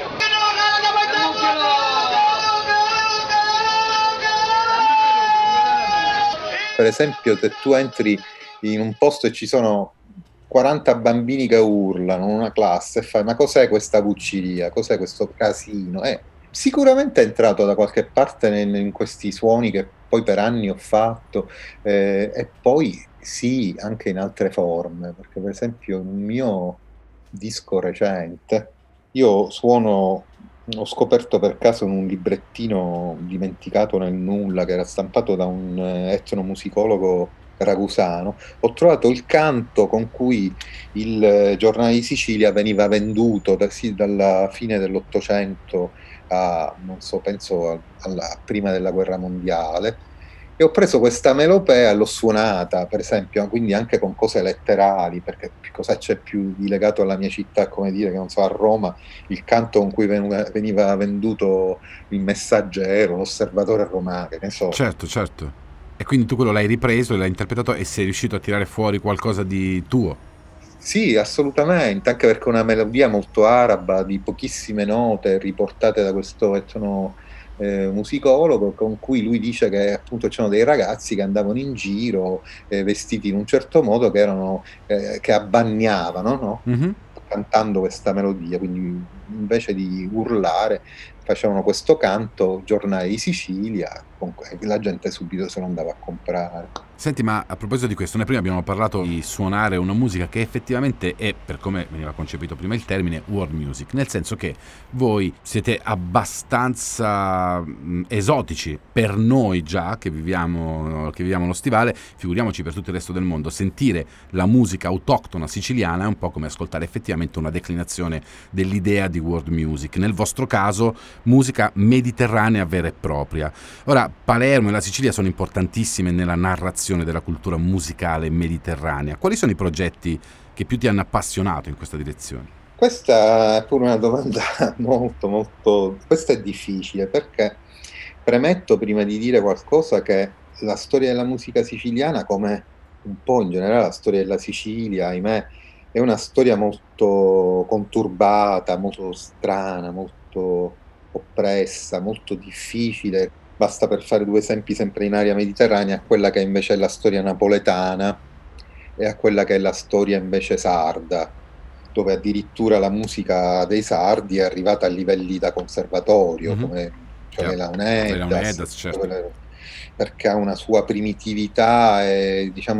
Per esempio, se tu entri in un posto e ci sono quaranta bambini che urlano in una classe e fai: ma cos'è questa Vucciria? Cos'è questo casino? Eh, sicuramente è entrato da qualche parte in, in questi suoni che poi per anni ho fatto, eh, e poi sì, anche in altre forme, perché per esempio in un mio disco recente io suono, ho scoperto per caso in un librettino dimenticato nel nulla che era stampato da un etnomusicologo ragusano, ho trovato il canto con cui il Giornale di Sicilia veniva venduto da, sì, dalla fine dell'Ottocento a, non so, penso alla prima della guerra mondiale, e ho preso questa melopea e l'ho suonata, per esempio, quindi anche con cose letterali, perché cosa c'è più di legato alla mia città, come dire, che non so, a Roma, il canto con cui veniva, veniva venduto il Messaggero, l'Osservatore Romano, che ne so. Certo, certo. E quindi tu quello l'hai ripreso e l'hai interpretato e sei riuscito a tirare fuori qualcosa di tuo? Sì, assolutamente, anche perché è una melodia molto araba, di pochissime note, riportate da questo etno eh, musicologo, con cui lui dice che appunto c'erano dei ragazzi che andavano in giro eh, vestiti in un certo modo, che erano eh, che abbagnavano, no? Mm-hmm. Cantando questa melodia, quindi invece di urlare facevano questo canto, Giornale di Sicilia, con cui la gente subito se lo andava a comprare. Senti, ma a proposito di questo, noi prima abbiamo parlato di suonare una musica che effettivamente è, per come veniva concepito prima il termine, world music, nel senso che voi siete abbastanza mh, esotici per noi già, che viviamo, che viviamo lo stivale, figuriamoci per tutto il resto del mondo. Sentire la musica autoctona siciliana è un po' come ascoltare effettivamente una declinazione dell'idea di world music, nel vostro caso musica mediterranea vera e propria. Ora, Palermo e la Sicilia sono importantissime nella narrazione della cultura musicale mediterranea. Quali sono i progetti che più ti hanno appassionato in questa direzione? Questa è pure una domanda molto molto... Questa è difficile, perché premetto prima di dire qualcosa che la storia della musica siciliana, come un po' in generale la storia della Sicilia, ahimè, è una storia molto conturbata, molto strana, molto oppressa, molto difficile. Basta, per fare due esempi sempre in area mediterranea, a quella che invece è la storia napoletana e a quella che è la storia invece sarda, dove addirittura la musica dei sardi è arrivata a livelli da conservatorio, mm-hmm. come cioè yeah. Leonedas, certo. Perché ha una sua primitività e diciamo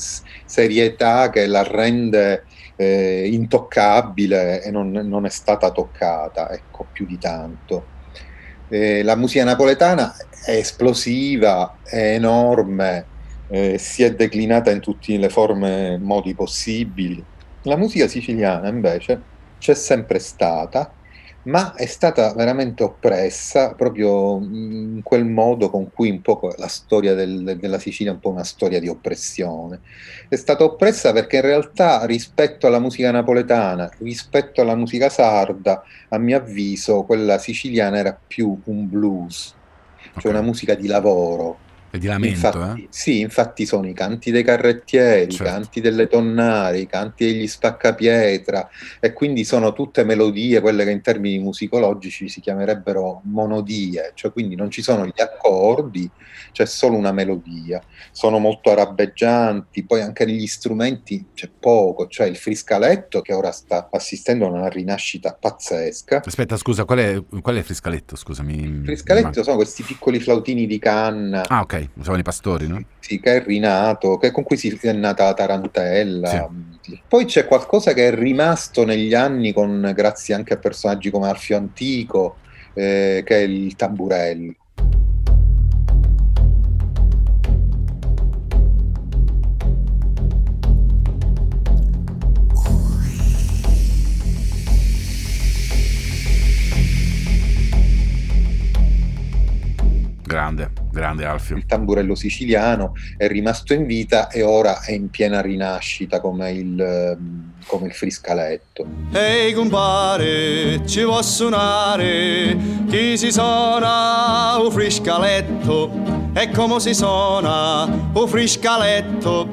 serietà che la rende eh, intoccabile e non, non è stata toccata, ecco, più di tanto. Eh, la musica napoletana è esplosiva, è enorme, eh, si è declinata in tutte le forme, modi possibili. La musica siciliana invece c'è sempre stata, ma è stata veramente oppressa proprio in quel modo con cui un po' la storia del- della Sicilia è un po' una storia di oppressione. È stata oppressa perché in realtà rispetto alla musica napoletana, rispetto alla musica sarda, a mio avviso quella siciliana era più un blues, cioè Ok. una musica di lavoro. E di lamento, eh? Infatti, sì, infatti sono i canti dei carrettieri, i Certo. canti delle tonnare, i canti degli spaccapietra, e quindi sono tutte melodie, quelle che in termini musicologici si chiamerebbero monodie, cioè quindi non ci sono gli accordi, c'è solo una melodia. Sono molto arabeggianti, poi anche negli strumenti c'è poco, cioè il friscaletto che ora sta assistendo a una rinascita pazzesca. Aspetta, scusa, qual è, qual è il friscaletto? Scusami. Il mi friscaletto manca. sono questi piccoli flautini di canna. Ah, ok, usavano i pastori, no? Sì, che è rinato, che con cui si è nata la tarantella. Sì. Poi c'è qualcosa che è rimasto negli anni, con, grazie anche a personaggi come Alfio Antico, eh, che è il tamburello. Grande, grande Alfio. Il tamburello siciliano è rimasto in vita e ora è in piena rinascita come il, ehm, come il friscaletto. Ehi compare, ci può suonare, chi si suona un friscaletto, e come si suona un friscaletto,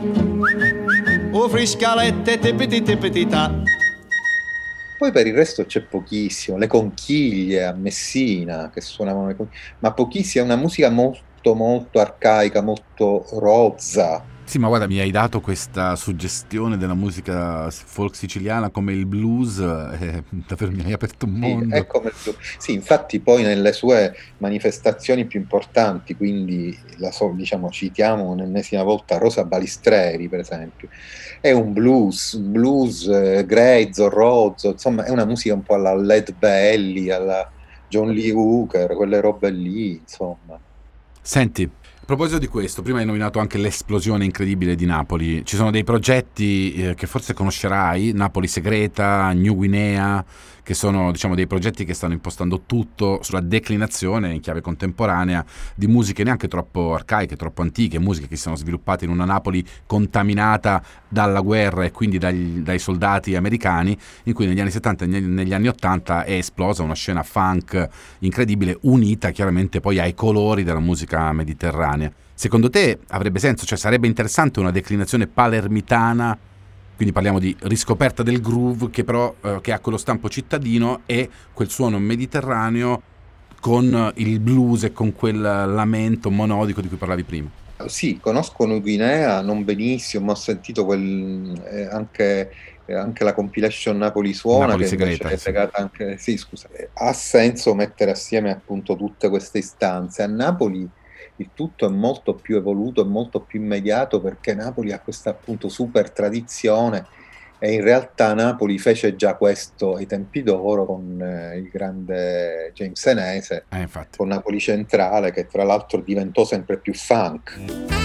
un friscaletto e tipiti tipiti ta. Poi per il resto c'è pochissimo, le conchiglie a Messina che suonavano le conchiglie, ma pochissimo, è una musica molto molto arcaica, molto rozza. Sì, ma guarda, mi hai dato questa suggestione della musica folk siciliana come il blues, eh, davvero mi hai aperto un Sì, mondo. è come il- sì, infatti poi nelle sue manifestazioni più importanti, quindi la so- diciamo, citiamo un'ennesima volta Rosa Balistreri, per esempio, è un blues, un blues eh, grezzo, rozzo, insomma è una musica un po' alla Led Belly, alla John Lee Hooker, quelle robe lì, insomma. Senti, a proposito di questo, prima hai nominato anche l'esplosione incredibile di Napoli. Ci sono dei progetti eh, che forse conoscerai, Napoli Segreta, New Guinea, che sono, diciamo, dei progetti che stanno impostando tutto sulla declinazione in chiave contemporanea di musiche neanche troppo arcaiche, troppo antiche, musiche che si sono sviluppate in una Napoli contaminata dalla guerra e quindi dagli- dai soldati americani, in cui negli anni settanta e negli negli anni ottanta è esplosa una scena funk incredibile, unita chiaramente poi ai colori della musica mediterranea. Secondo te avrebbe senso, cioè sarebbe interessante una declinazione palermitana, quindi parliamo di riscoperta del groove che però eh, che ha quello stampo cittadino e quel suono mediterraneo con il blues e con quel lamento monodico di cui parlavi prima? Sì, conosco New Guinea, non benissimo, ma ho sentito quel, eh, anche, eh, anche la compilation Napoli Suona, Napoli che invece Segreta, è sì. legata anche... Sì, scusa, eh, ha senso mettere assieme appunto tutte queste istanze. A Napoli il tutto è molto più evoluto e molto più immediato, perché Napoli ha questa appunto super tradizione, e in realtà Napoli fece già questo ai tempi d'oro con eh, il grande James Senese, Eh, infatti. con Napoli Centrale, che tra l'altro diventò sempre più funk.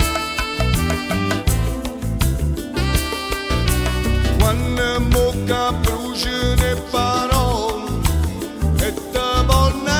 Quando in bocca brucia le parole e te vorrei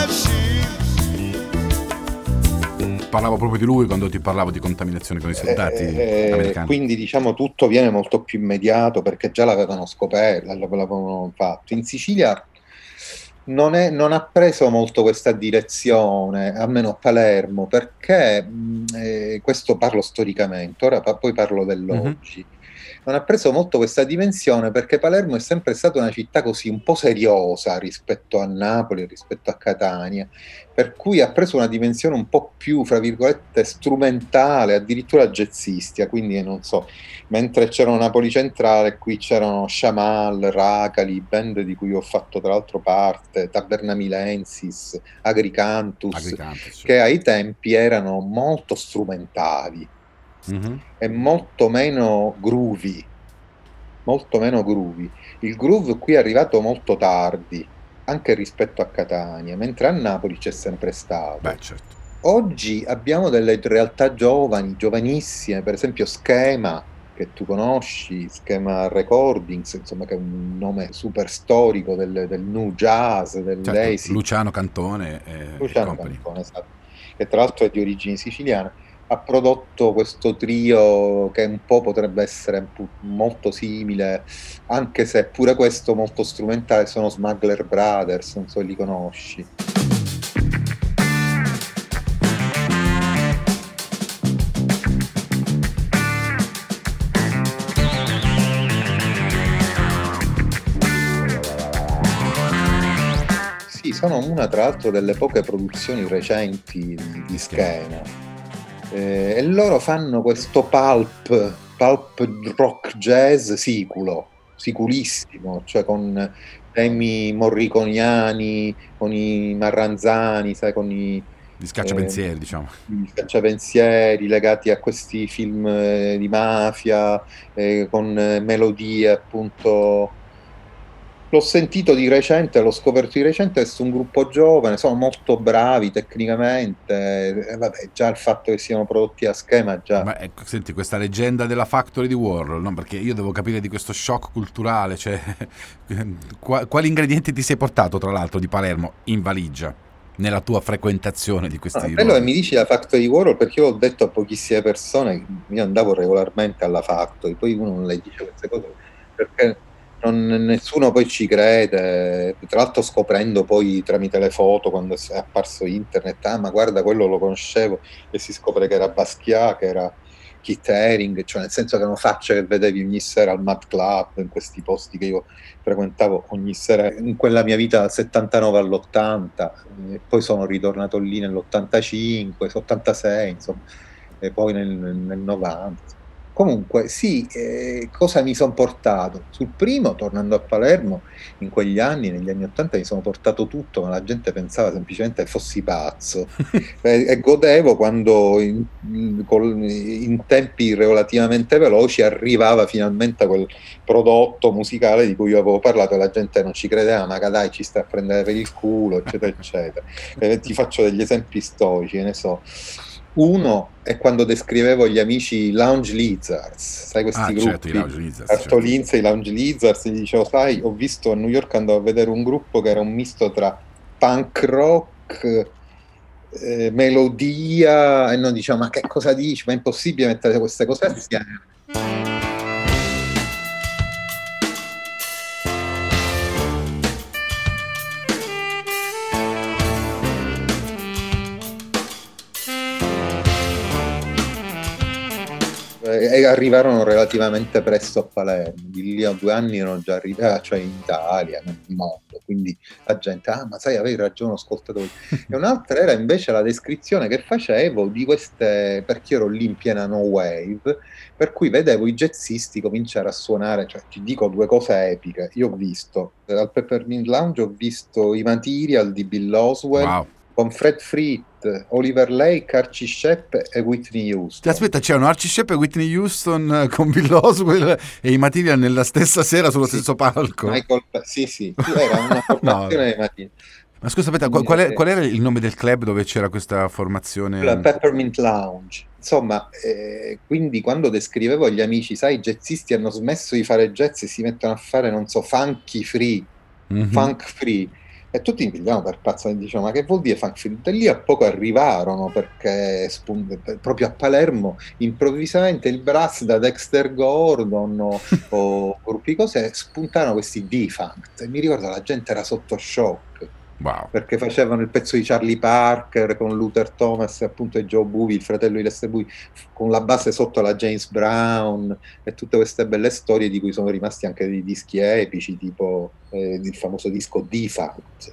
Parlavo proprio di lui quando ti parlavo di contaminazione con i soldati Eh, americani. quindi diciamo tutto viene molto più immediato, perché già l'avevano scoperto, l'avevano fatto. In Sicilia non, è- non ha preso molto questa direzione, almeno a Palermo, perché mh, eh, questo parlo storicamente, ora pa- poi parlo dell'oggi. Non ha preso molto questa dimensione perché Palermo è sempre stata una città così un po' seriosa rispetto a Napoli, rispetto a Catania, per cui ha preso una dimensione un po' più, fra virgolette, strumentale, addirittura jazzistica, quindi non so, mentre c'era Napoli Centrale, qui c'erano Shamal, Racali, band di cui ho fatto tra l'altro parte, Tabernamilensis, Agricantus, Agricantus, che ai tempi erano molto strumentali Mhm. e molto meno groovy, molto meno groovy. Il groove qui è arrivato molto tardi, anche rispetto a Catania, mentre a Napoli c'è sempre stato. Beh, certo. Oggi abbiamo delle realtà giovani, giovanissime, per esempio Schema, che tu conosci, Schema Recordings, insomma, che è un nome super storico del, del nu jazz, del Certo, lazy. Luciano Cantone e Luciano company. Cantone, esatto, che tra l'altro è di origini siciliane, ha prodotto questo trio che un po' potrebbe essere un po' molto simile, anche se pure questo molto strumentale, sono Smuggler Brothers, non so se li conosci. Sì, sono una tra l'altro delle poche produzioni recenti di, di Schema. Eh, e loro fanno questo pulp, pulp rock jazz siculo, siculissimo, cioè con temi morriconiani, con i marranzani, sai, con i Gli scacciapensieri, eh, diciamo. Gli scacciapensieri legati a questi film eh, di mafia, eh, con eh, melodie appunto. L'ho sentito di recente, l'ho scoperto di recente, è un gruppo giovane, sono molto bravi tecnicamente, e vabbè, già il fatto che siano prodotti a Schema già. Ma ecco, senti, questa leggenda della Factory di Warhol, no? Perché io devo capire di questo shock culturale, cioè quali ingredienti ti sei portato tra l'altro di Palermo in valigia nella tua frequentazione di questi ah, quello che mi dici la Factory di Warhol, perché io l'ho detto a pochissime persone, io andavo regolarmente alla Factory, poi uno non le dice queste cose perché non, nessuno poi ci crede, tra l'altro scoprendo poi tramite le foto quando è apparso internet, ah ma guarda quello lo conoscevo, e si scopre che era Basquiat, che era Keith Haring, cioè nel senso che erano facce che vedevi ogni sera al Mad Club, in questi posti che io frequentavo ogni sera in quella mia vita dal settantanove all'ottanta, e poi sono ritornato lì nell'ottantacinque, ottantasei insomma, e poi nel, nel novanta. Comunque sì, eh, cosa mi sono portato? Sul primo, tornando a Palermo, in quegli anni, negli anni Ottanta, mi sono portato tutto, ma la gente pensava semplicemente che fossi pazzo. e, e godevo quando in, in, in tempi relativamente veloci arrivava finalmente quel prodotto musicale di cui io avevo parlato e la gente non ci credeva, ma dai, ci sta a prendere per il culo, eccetera, eccetera. E ti faccio degli esempi storici, ne so. Uno è quando descrivevo gli amici Lounge Lizards, sai questi ah, gruppi, certo, i Lounge Lizards, certo. Lindsay, Lounge Lizards, gli dicevo, sai, ho visto a New York, andavo a vedere un gruppo che era un misto tra punk rock, eh, melodia, e non dicevo, ma che cosa dici? Ma è impossibile mettere queste cose assieme. E arrivarono relativamente presto a Palermo, di lì a due anni erano già arrivati, cioè in Italia, nel mondo, quindi la gente, ah ma sai, avevi ragione, ho ascoltato. E un'altra era invece la descrizione che facevo di queste, perché ero lì in piena no wave, per cui vedevo i jazzisti cominciare a suonare, cioè ti dico due cose epiche, io ho visto, al Peppermint Lounge ho visto i Material di Bill Oswell, wow. Con Fred Frith, Oliver Lake, Archie Shepp e Whitney Houston. Aspetta, c'erano Archie Shepp e Whitney Houston con Bill Oswell e i Material nella stessa sera sullo sì, stesso palco? Michael, sì, sì, era una formazione no. dei Material. Ma scusa, aspetta, qual, qual, è, qual era il nome del club dove c'era questa formazione? La Peppermint Lounge. Insomma, eh, quindi quando descrivevo agli amici, sai, i jazzisti hanno smesso di fare jazz e si mettono a fare, non so, funky free, mm-hmm. funk free. E tutti mi pigliavano per pazzo e dicevano, ma che vuol dire funk free? E lì a poco arrivarono, perché spun- proprio a Palermo improvvisamente il brass da Dexter Gordon o, o gruppi cose spuntarono questi defunct, e mi ricordo la gente era sotto shock. Wow. Perché facevano il pezzo di Charlie Parker con Luther Thomas e appunto Joe Bowie, il fratello di Lester Bowie, con la base sotto la James Brown e tutte queste belle storie di cui sono rimasti anche dei dischi epici, tipo eh, il famoso disco Defunct.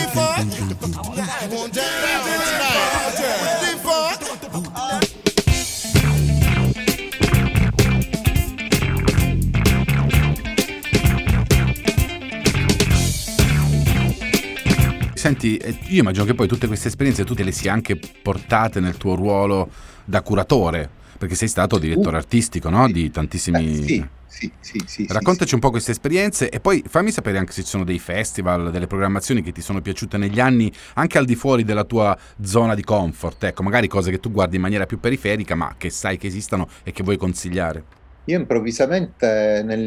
Senti, io immagino che poi tutte queste esperienze tu te le sia anche portate nel tuo ruolo da curatore, perché sei stato direttore artistico, no? Di tantissimi... Eh, sì, sì, sì, sì. Raccontaci sì, un po' queste esperienze e poi fammi sapere anche se ci sono dei festival, delle programmazioni che ti sono piaciute negli anni, anche al di fuori della tua zona di comfort, ecco, magari cose che tu guardi in maniera più periferica, ma che sai che esistono e che vuoi consigliare. Io improvvisamente nel,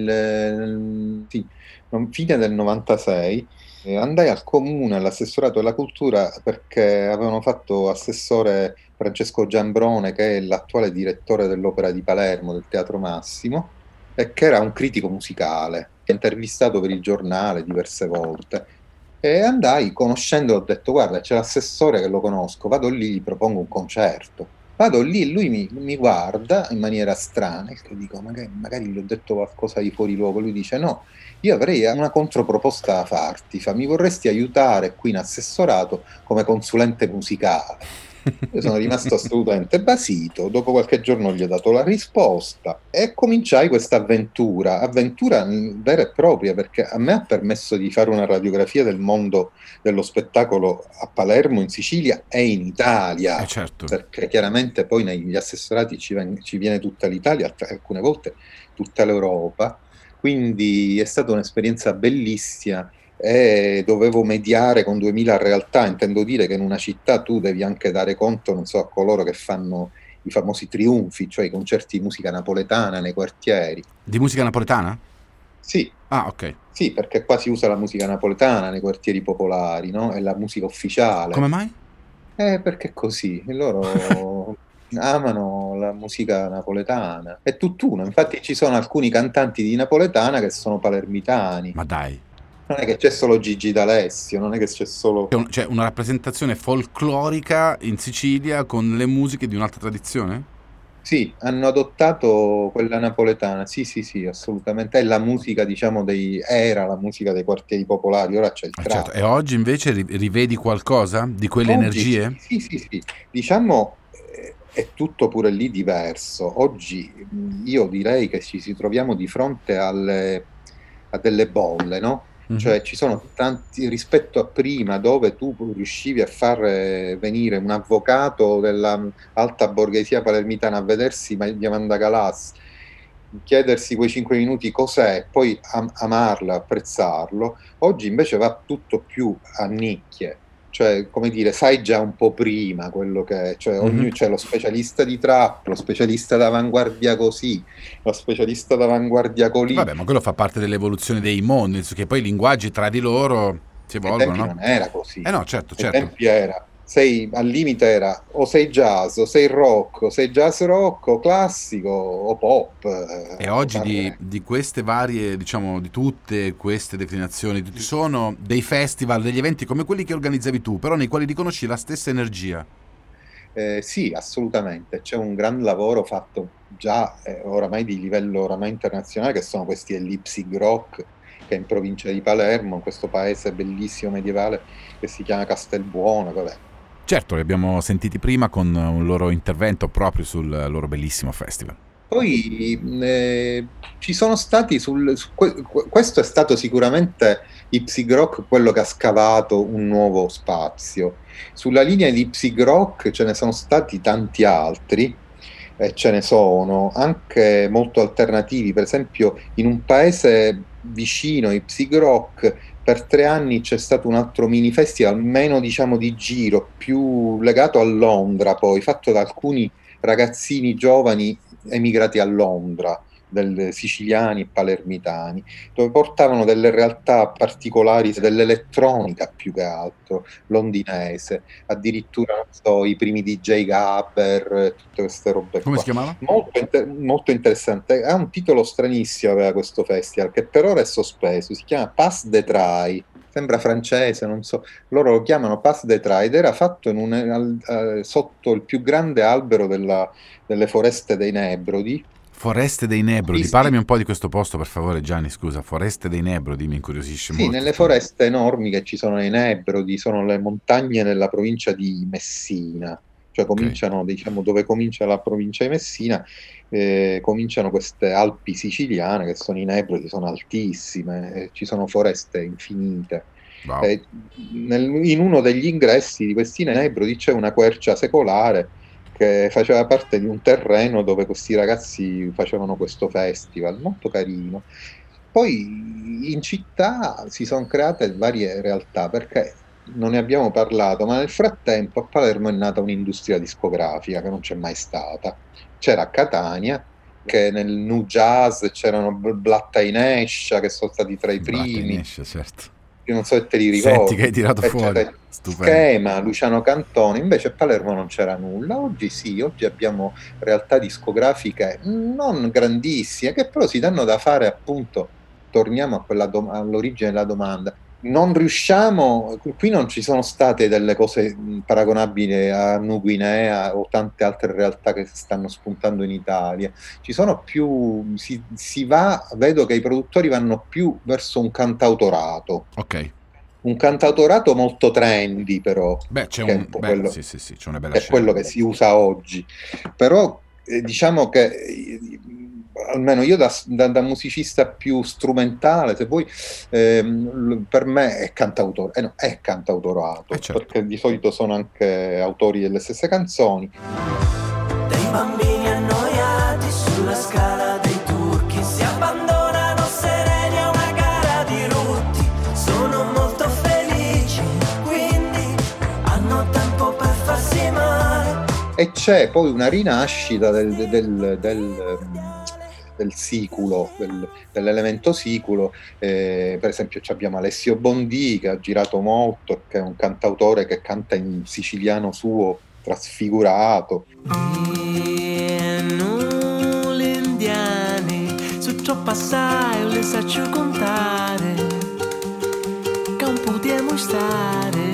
nel sì, non- fine del novantasei eh, andai al comune, all'assessorato della cultura, perché avevano fatto assessore Francesco Giambrone, che è l'attuale direttore dell'Opera di Palermo, del Teatro Massimo, e che era un critico musicale, intervistato per il giornale diverse volte. E andai, conoscendolo, ho detto: guarda, c'è l'assessore che lo conosco, vado lì, gli propongo un concerto. Vado lì e lui mi, mi guarda in maniera strana, e io dico: magari, magari gli ho detto qualcosa di fuori luogo. Lui dice: no, io avrei una controproposta da farti, fa, mi vorresti aiutare qui in assessorato come consulente musicale? Io sono rimasto assolutamente basito, dopo qualche giorno gli ho dato la risposta e cominciai questa avventura, avventura vera e propria, perché a me ha permesso di fare una radiografia del mondo dello spettacolo a Palermo, in Sicilia e in Italia, Eh certo. perché chiaramente poi negli assessorati ci, ven- ci viene tutta l'Italia, alcune volte tutta l'Europa, quindi è stata un'esperienza bellissima. E dovevo mediare con duemila realtà. Intendo dire che in una città tu devi anche dare conto, non so, a coloro che fanno i famosi triunfi, cioè i concerti di musica napoletana nei quartieri. Di musica napoletana? Sì. Ah, ok. Sì, perché qua si usa la musica napoletana nei quartieri popolari, no? È la musica ufficiale. Come mai? Eh, perché così, loro amano la musica napoletana. È tutt'uno, infatti ci sono alcuni cantanti di napoletana che sono palermitani. Ma dai. Non è che c'è solo Gigi D'Alessio, non è che c'è solo... C'è, un, c'è una rappresentazione folclorica in Sicilia con le musiche di un'altra tradizione? Sì, hanno adottato quella napoletana, sì, sì, sì, assolutamente. È la musica, diciamo, dei... era la musica dei quartieri popolari, ora c'è il Eh, trap. certo. E oggi invece ri- rivedi qualcosa di quelle Oggi, energie? Sì, sì, sì, sì. Diciamo, eh, è tutto pure lì diverso. Oggi mh, io direi che ci si troviamo di fronte alle, a delle bolle, no? Mhm. Cioè ci sono tanti, rispetto a prima, dove tu riuscivi a far eh, venire un avvocato della alta borghesia palermitana a vedersi Ma- Diamanda Galas, chiedersi quei cinque minuti cos'è, poi am- amarla, apprezzarlo. Oggi invece va tutto più a nicchie, cioè, come dire, sai già un po' prima quello che è, cioè, ogni- Mhm. c'è lo specialista di trap, lo specialista d'avanguardia così, lo specialista d'avanguardia colì. Vabbè, ma quello fa parte dell'evoluzione dei mondi, nel senso che poi i linguaggi tra di loro si Ai evolvono, tempi no? non era così. Eh no, certo, Ai certo. tempi era, sei, al limite era o sei jazz, o sei rock, o sei jazz rock, o classico, o pop. eh, E o oggi di, Sanremo. di queste varie, diciamo, di tutte queste declinazioni, ci sono dei festival, degli eventi come quelli che organizzavi tu, però nei quali riconosci la stessa energia. Eh, sì, assolutamente. C'è un gran lavoro fatto già eh, oramai di livello oramai internazionale, che sono questi Ellipsig Rock, che è in provincia di Palermo, in questo paese bellissimo medievale che si chiama Castelbuono. Vabbè. Certo, li abbiamo sentiti prima con un loro intervento proprio sul loro bellissimo festival. Poi eh, ci sono stati sul, su que- questo è stato sicuramente Ipsig Rock quello che ha scavato un nuovo spazio. Sulla linea di Ipsig Rock ce ne sono stati tanti altri, e ce ne sono anche molto alternativi. Per esempio, in un paese vicino a Ipsig Rock per tre anni c'è stato un altro mini festival, meno diciamo di giro, più legato a Londra, poi fatto da alcuni ragazzini giovani emigrati a Londra, del, siciliani e palermitani, dove portavano delle realtà particolari dell'elettronica più che altro, londinese, addirittura non so, i primi D J Gabber, tutte queste robe Come qua. si chiamava? Molto, inter- molto interessante. Ha un titolo stranissimo, aveva questo festival, che per ora è sospeso, si chiama Pass de Trai. Sembra francese, non so, loro lo chiamano Pass de Trai, ed era fatto in un, al- eh, sotto il più grande albero della, delle foreste dei Nebrodi. Foreste dei Nebrodi, Sì, parlami sì. un po' di questo posto per favore Gianni, scusa, Foreste dei Nebrodi mi incuriosisce Sì, molto. nelle foreste enormi che ci sono nei Nebrodi, sono le montagne nella provincia di Messina, cioè cominciano, diciamo, dove comincia la provincia di Messina, eh, cominciano queste Alpi siciliane che sono i Nebrodi, sono altissime, eh, ci sono foreste infinite. Wow. Eh, nel- in uno degli ingressi di questi Nebrodi c'è una quercia secolare che faceva parte di un terreno dove questi ragazzi facevano questo festival, molto carino. Poi in città si sono create varie realtà, perché non ne abbiamo parlato, ma nel frattempo a Palermo è nata un'industria discografica che non c'è mai stata. C'era a Catania, che nel nu jazz c'erano Blatta Inescia, che sono stati tra i primi. Inescia, certo. Io non so se te li ricordi. Senti che hai tirato fuori. Schema, Luciano Cantone, invece a Palermo non c'era nulla. Oggi sì, oggi abbiamo realtà discografiche non grandissime, che però si danno da fare, appunto, torniamo a quella dom- all'origine della domanda. Non riusciamo, qui non ci sono state delle cose paragonabili a New Guinea o tante altre realtà che stanno spuntando in Italia. Ci sono più, si, si va, vedo che i produttori vanno più verso un cantautorato. Ok. Un cantautorato molto trendy, però. Beh, c'è un, un beh, quello, sì, sì, sì, c'è una bella è quello che si usa oggi. Però eh, diciamo che eh, almeno io da, da, da musicista più strumentale, se vuoi, ehm, per me è cantautore, eh no, è cantautorato, eh certo. Perché di solito sono anche autori delle stesse canzoni. Dei bambini annoiati sulla scala dei turchi si abbandonano sereni a una gara di rutti, sono molto felici, quindi hanno tempo per farsi male. E c'è poi una rinascita del, del, del, del del siculo, del, dell'elemento siculo, eh, per esempio abbiamo Alessio Bondì che ha girato molto, che è un cantautore che canta in siciliano suo trasfigurato. E non gli indiani su ciò passai le saccio contare che non potremo stare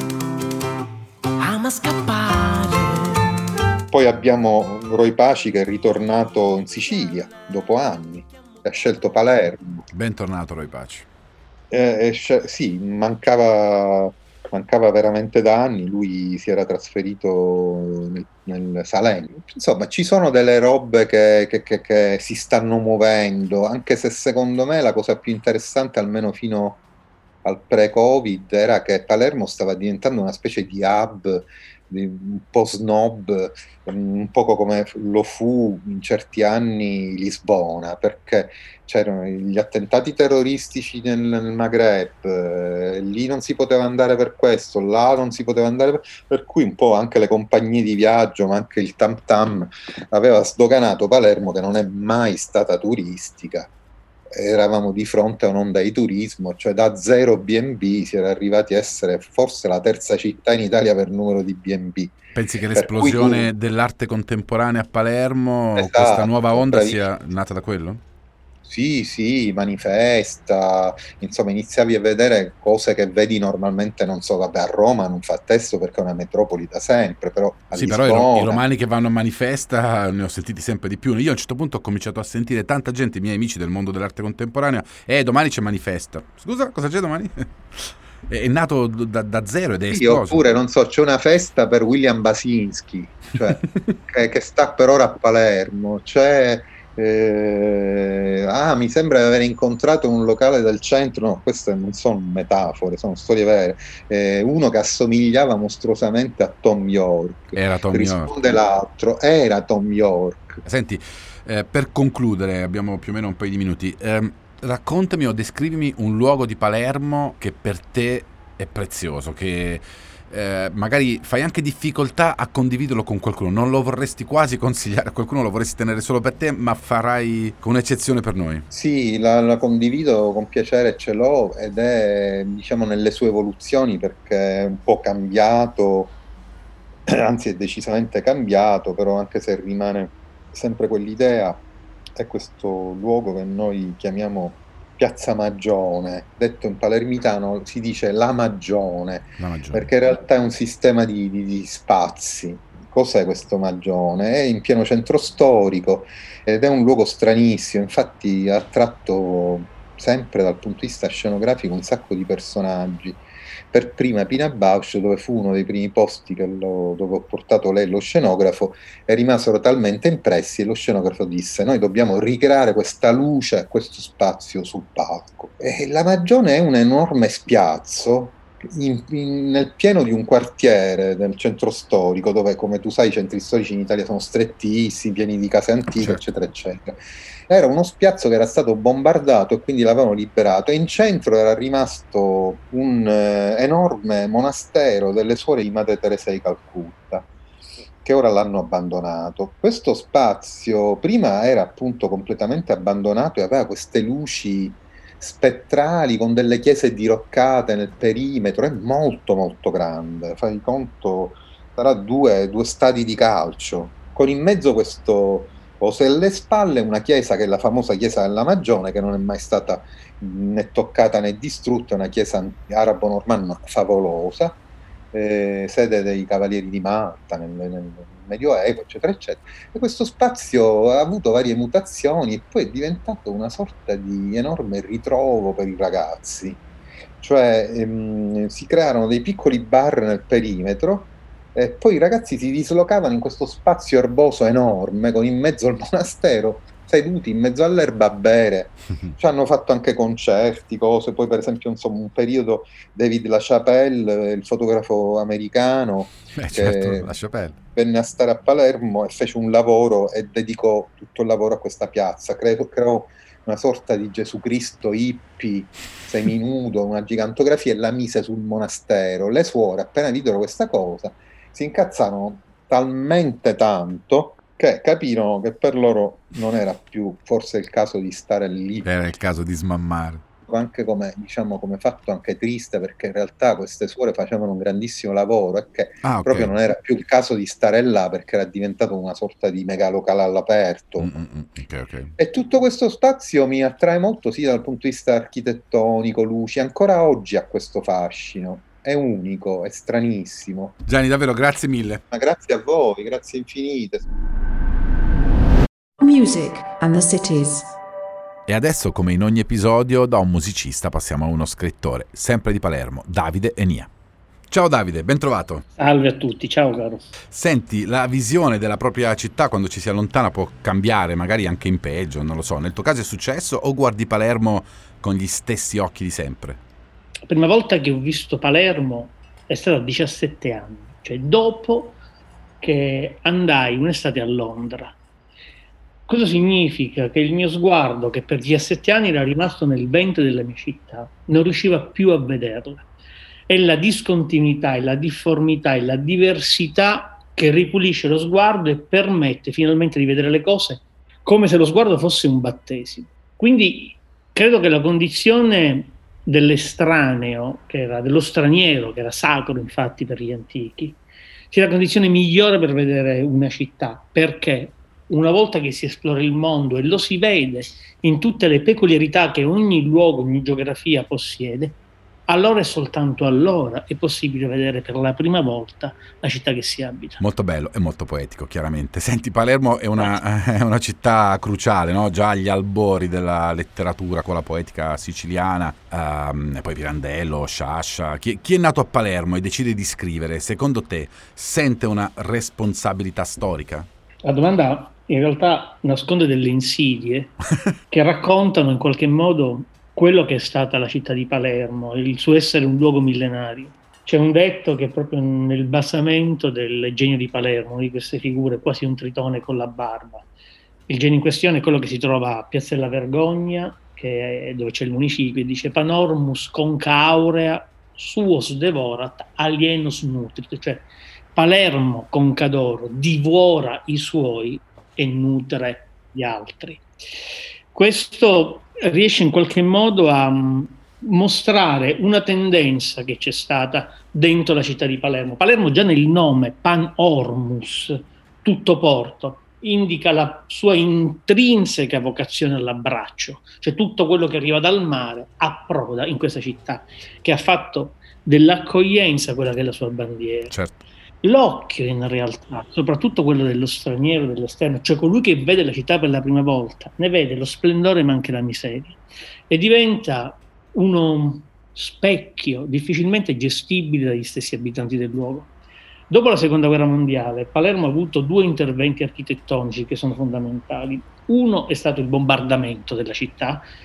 a scappare. Poi abbiamo Roy Paci che è ritornato in Sicilia dopo anni, ha scelto Palermo. Bentornato Roy Paci. Eh, eh, sì, mancava, mancava veramente da anni, lui si era trasferito nel, nel Salento. Insomma, ci sono delle robe che, che, che, che si stanno muovendo, anche se secondo me la cosa più interessante, almeno fino al pre-Covid, era che Palermo stava diventando una specie di hub, un po' snob, un poco come lo fu in certi anni Lisbona, perché c'erano gli attentati terroristici nel, nel Maghreb, eh, lì non si poteva andare per questo, là non si poteva andare per, per cui un po' anche le compagnie di viaggio, ma anche il Tam Tam aveva sdoganato Palermo, che non è mai stata turistica. Eravamo di fronte a un'onda di turismo, cioè da zero B and B si era arrivati a essere forse la terza città in Italia per numero di B and B. Pensi che l'esplosione tu... dell'arte contemporanea a Palermo, esatto, questa nuova onda bravissimo. sia nata da quello? Sì, sì, manifesta, insomma iniziavi a vedere cose che vedi normalmente, non so, vabbè, a Roma non fa testo perché è una metropoli da sempre, però a sì, Lisbona... però i, i romani che vanno a manifesta ne ho sentiti sempre di più. Io a un certo punto ho cominciato a sentire tanta gente, i miei amici del mondo dell'arte contemporanea, eh, domani c'è manifesta. Scusa, cosa c'è domani? È nato da, da zero ed è sì, esploso. Oppure, non so, c'è una festa per William Basinski, cioè, che, che sta per ora a Palermo, c'è... Eh, ah, mi sembra di aver incontrato in un locale del centro, no, queste non sono metafore, sono storie vere, eh, uno che assomigliava mostruosamente a Tom York. Era Tom Risponde York. l'altro, era Tom York. Senti, eh, per concludere, abbiamo più o meno un paio di minuti, eh, raccontami o descrivimi un luogo di Palermo che per te è prezioso, che Eh, magari fai anche difficoltà a condividerlo con qualcuno, non lo vorresti quasi consigliare a qualcuno, lo vorresti tenere solo per te, ma farai con un'eccezione per noi. Sì, la, la condivido con piacere, ce l'ho ed è, diciamo, nelle sue evoluzioni, perché è un po' cambiato, anzi è decisamente cambiato, però anche se rimane sempre quell'idea, è questo luogo che noi chiamiamo Piazza Magione, detto in palermitano si dice la Magione, la Magione. Perché in realtà è un sistema di, di, di spazi. Cos'è questo Magione? È in pieno centro storico ed è un luogo stranissimo, infatti ha attratto sempre dal punto di vista scenografico un sacco di personaggi. Per prima Pina Bausch, dove fu uno dei primi posti che lo, dove ho portato lei lo scenografo, e rimasero talmente impressi e lo scenografo disse: noi dobbiamo ricreare questa luce, questo spazio sul palco. E la Magione è un enorme spiazzo in, in, nel pieno di un quartiere del centro storico, dove, come tu sai, i centri storici in Italia sono strettissimi, pieni di case antiche, certo, eccetera, eccetera. Era uno spiazzo che era stato bombardato e quindi l'avevano liberato, e in centro era rimasto un eh, enorme monastero delle suore di Madre Teresa di Calcutta, che ora l'hanno abbandonato. Questo spazio prima era appunto completamente abbandonato e aveva queste luci spettrali con delle chiese diroccate nel perimetro, è molto molto grande, fai conto sarà due, due stadi di calcio, con in mezzo questo poso e alle spalle una chiesa che è la famosa chiesa della Magione, che non è mai stata né toccata né distrutta, è una chiesa arabo-normanna favolosa, eh, sede dei Cavalieri di Malta nel, nel Medioevo, eccetera, eccetera. E questo spazio ha avuto varie mutazioni e poi è diventato una sorta di enorme ritrovo per i ragazzi. Cioè ehm, si crearono dei piccoli bar nel perimetro e poi i ragazzi si dislocavano in questo spazio erboso enorme con in mezzo al monastero, seduti in mezzo all'erba a bere. Ci hanno fatto anche concerti, cose. Poi per esempio insomma un periodo David LaChapelle, il fotografo americano, Beh, certo, LaChapelle, venne a stare a Palermo e fece un lavoro e dedicò tutto il lavoro a questa piazza. Creò, creò una sorta di Gesù Cristo hippie seminudo, una gigantografia, e la mise sul monastero. Le suore, appena videro questa cosa, si incazzarono talmente tanto che capirono che per loro non era più forse il caso di stare lì. Era il caso di smammare. Anche come, diciamo, come fatto anche triste, perché in realtà queste suore facevano un grandissimo lavoro e che ah, okay. proprio non era più il caso di stare là, perché era diventato una sorta di megalocale all'aperto. Mm-hmm. Okay, okay. E tutto questo spazio mi attrae molto sia dal punto di vista architettonico, luci, ancora oggi ha questo fascino. È unico, è stranissimo. Gianni, davvero grazie mille. Ma grazie a voi, grazie infinite. Music and the Cities. E adesso, come in ogni episodio, da un musicista passiamo a uno scrittore, sempre di Palermo, Davide Enia. Ciao Davide, ben trovato. Salve a tutti, ciao caro. Senti, la visione della propria città quando ci si allontana può cambiare, magari anche in peggio, non lo so. Nel tuo caso è successo o guardi Palermo con gli stessi occhi di sempre? La prima volta che ho visto Palermo è stata a diciassette anni, cioè dopo che andai un'estate a Londra. Cosa significa? Che il mio sguardo, che per diciassette anni era rimasto nel ventre della mia città, non riusciva più a vederla. È la discontinuità, è la difformità, è la diversità che ripulisce lo sguardo e permette finalmente di vedere le cose come se lo sguardo fosse un battesimo. Quindi credo che la condizione dell'estraneo, che era dello straniero, che era sacro infatti per gli antichi, sia la condizione migliore per vedere una città, perché una volta che si esplora il mondo e lo si vede in tutte le peculiarità che ogni luogo, ogni geografia possiede, allora e soltanto allora è possibile vedere per la prima volta la città che si abita. Molto bello e molto poetico, chiaramente. Senti, Palermo è una, è una città cruciale, no? Già agli albori della letteratura con la poetica siciliana, um, e poi Pirandello, Sciascia. Chi, chi è nato a Palermo e decide di scrivere, secondo te, sente una responsabilità storica? La domanda in realtà nasconde delle insidie che raccontano in qualche modo quello che è stata la città di Palermo, il suo essere un luogo millenario. C'è un detto che è proprio nel basamento del genio di Palermo, di queste figure, quasi un tritone con la barba. Il genio in questione è quello che si trova a Piazza della Vergogna, che è dove c'è il municipio, e dice «Panormus conca aurea suos devorat alienus nutrit», cioè Palermo conca d'oro divora i suoi e nutre gli altri. Questo riesce in qualche modo a mostrare una tendenza che c'è stata dentro la città di Palermo. Palermo già nel nome, Panormus, tutto porto, indica la sua intrinseca vocazione all'abbraccio, cioè tutto quello che arriva dal mare approda in questa città, che ha fatto dell'accoglienza quella che è la sua bandiera. Certo. L'occhio in realtà, soprattutto quello dello straniero, dell'esterno, cioè colui che vede la città per la prima volta, ne vede lo splendore ma anche la miseria e diventa uno specchio difficilmente gestibile dagli stessi abitanti del luogo. Dopo la seconda guerra mondiale Palermo ha avuto due interventi architettonici che sono fondamentali. Uno è stato il bombardamento della città,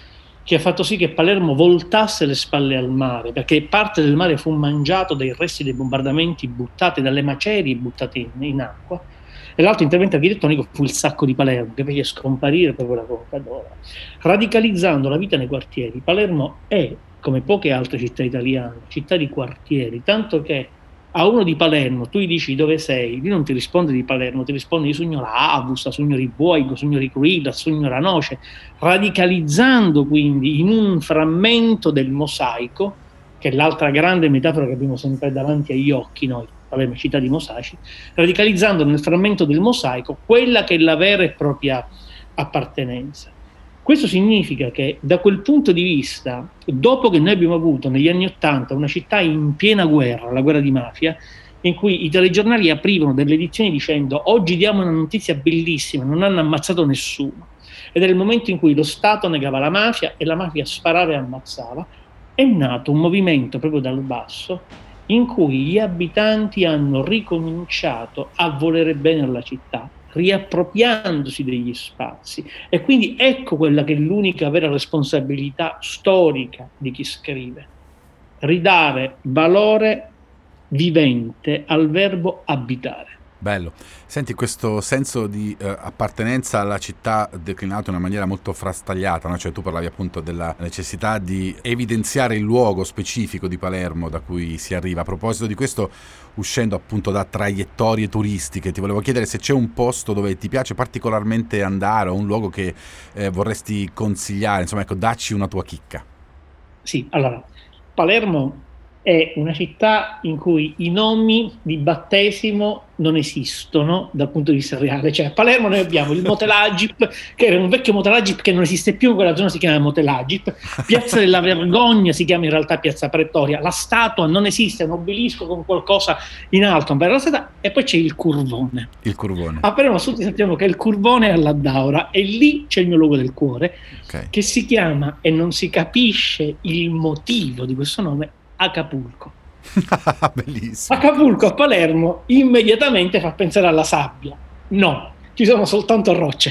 che ha fatto sì che Palermo voltasse le spalle al mare, perché parte del mare fu mangiato dai resti dei bombardamenti buttati dalle macerie buttate in, in acqua, e l'altro intervento architettonico fu il sacco di Palermo, che fece scomparire proprio la Conca d'Oro. Radicalizzando la vita nei quartieri, Palermo è, come poche altre città italiane, città di quartieri, tanto che a uno di Palermo tu gli dici dove sei, lui non ti risponde di Palermo, ti risponde di Sugnora Avusta, Sugnori Buoigo, Sugnori Cruida, Sugnora Noce, radicalizzando quindi in un frammento del mosaico, che è l'altra grande metafora che abbiamo sempre davanti agli occhi noi, Palermo è città di mosaici, radicalizzando nel frammento del mosaico quella che è la vera e propria appartenenza. Questo significa che da quel punto di vista, dopo che noi abbiamo avuto negli anni Ottanta una città in piena guerra, la guerra di mafia, in cui i telegiornali aprivano delle edizioni dicendo oggi diamo una notizia bellissima, non hanno ammazzato nessuno, ed era il momento in cui lo Stato negava la mafia e la mafia sparava e ammazzava, è nato un movimento proprio dal basso in cui gli abitanti hanno ricominciato a volere bene alla città, riappropriandosi degli spazi. E quindi ecco quella che è l'unica vera responsabilità storica di chi scrive: ridare valore vivente al verbo abitare. Bello. Senti, questo senso di eh, appartenenza alla città declinato in una maniera molto frastagliata, no? Cioè tu parlavi appunto della necessità di evidenziare il luogo specifico di Palermo da cui si arriva. A proposito di questo, uscendo appunto da traiettorie turistiche, ti volevo chiedere se c'è un posto dove ti piace particolarmente andare o un luogo che eh, vorresti consigliare, insomma, ecco, dacci una tua chicca. Sì, allora, Palermo è una città in cui i nomi di battesimo non esistono dal punto di vista reale. Cioè a Palermo noi abbiamo il Motelagip, che era un vecchio Motelagip che non esiste più, quella zona si chiama Motelagip, Piazza della Vergogna si chiama in realtà Piazza Pretoria, la statua non esiste, è un obelisco con qualcosa in alto, e poi c'è il Curvone. Il Curvone. A Palermo tutti sappiamo che il Curvone è all'Addaura, e lì c'è il mio luogo del cuore, okay, che si chiama, e non si capisce il motivo di questo nome, Acapulco. Bellissimo. Acapulco a Palermo immediatamente fa pensare alla sabbia. No, ci sono soltanto rocce.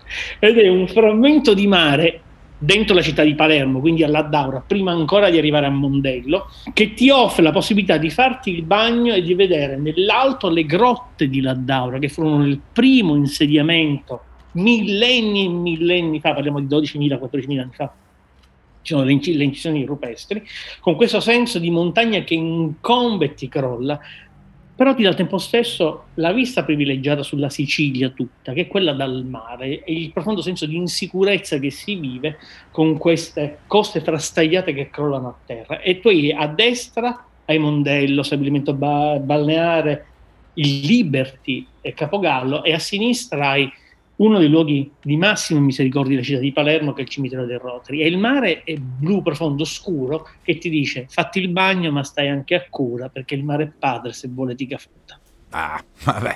Ed è un frammento di mare dentro la città di Palermo, quindi all'Addaura, prima ancora di arrivare a Mondello, che ti offre la possibilità di farti il bagno e di vedere nell'alto le grotte di L'Addaura, che furono il primo insediamento millenni e millenni fa, parliamo di dodicimila quattordicimila anni fa. Ci sono le, inc- le incisioni rupestri, con questo senso di montagna che incombe e ti crolla, però ti dà al tempo stesso la vista privilegiata sulla Sicilia tutta, che è quella dal mare, e il profondo senso di insicurezza che si vive con queste coste frastagliate che crollano a terra. E tu hai a destra hai Mondello, stabilimento ba- balneare, il Liberty e Capogallo, e a sinistra hai uno dei luoghi di massima misericordia della città di Palermo, che è il cimitero dei Rotary, e il mare è blu profondo scuro che ti dice fatti il bagno ma stai anche a cura, perché il mare è padre, se vuole ti cafuta. Ah, vabbè,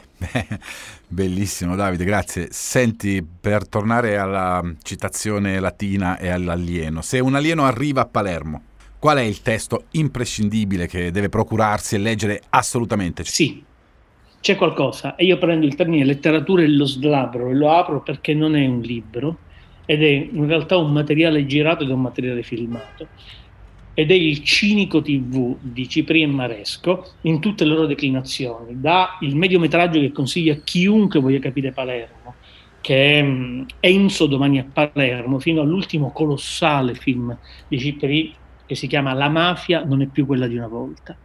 bellissimo Davide, grazie. Senti, per tornare alla citazione latina e all'alieno, se un alieno arriva a Palermo, qual è il testo imprescindibile che deve procurarsi e leggere assolutamente? Sì, c'è qualcosa, e io prendo il termine letteratura e lo slabro e lo apro perché non è un libro, ed è in realtà un materiale girato ed è un materiale filmato, ed è il Cinico tivù di Cipri e Maresco in tutte le loro declinazioni, da il mediometraggio che consiglia a chiunque voglia capire Palermo, che è Enzo domani a Palermo, fino all'ultimo colossale film di Cipri che si chiama La mafia non è più quella di una volta.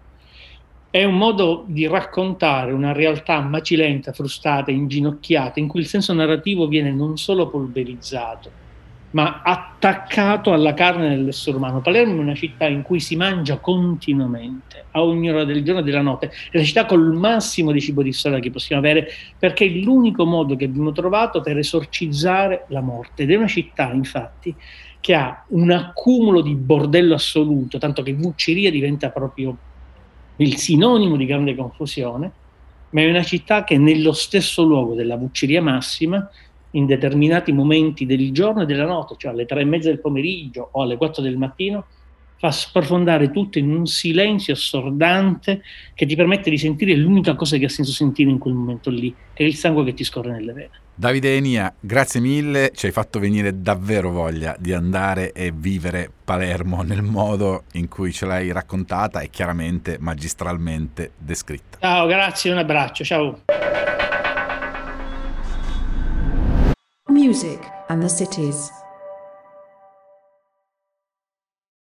È un modo di raccontare una realtà macilenta, frustata, inginocchiata, in cui il senso narrativo viene non solo polverizzato, ma attaccato alla carne dell'essere umano. Palermo è una città in cui si mangia continuamente, a ogni ora del giorno e della notte. È la città col massimo di cibo di strada che possiamo avere, perché è l'unico modo che abbiamo trovato per esorcizzare la morte. Ed è una città, infatti, che ha un accumulo di bordello assoluto, tanto che Vucceria diventa proprio il sinonimo di grande confusione, ma è una città che nello stesso luogo della Vucceria massima, in determinati momenti del giorno e della notte, cioè alle tre e mezza del pomeriggio o alle quattro del mattino, fa sprofondare tutto in un silenzio assordante che ti permette di sentire l'unica cosa che ha senso sentire in quel momento lì, che è il sangue che ti scorre nelle vene. Davide Enia, grazie mille, ci hai fatto venire davvero voglia di andare e vivere Palermo nel modo in cui ce l'hai raccontata e chiaramente magistralmente descritta. Ciao, grazie, un abbraccio, ciao. Music and the Cities.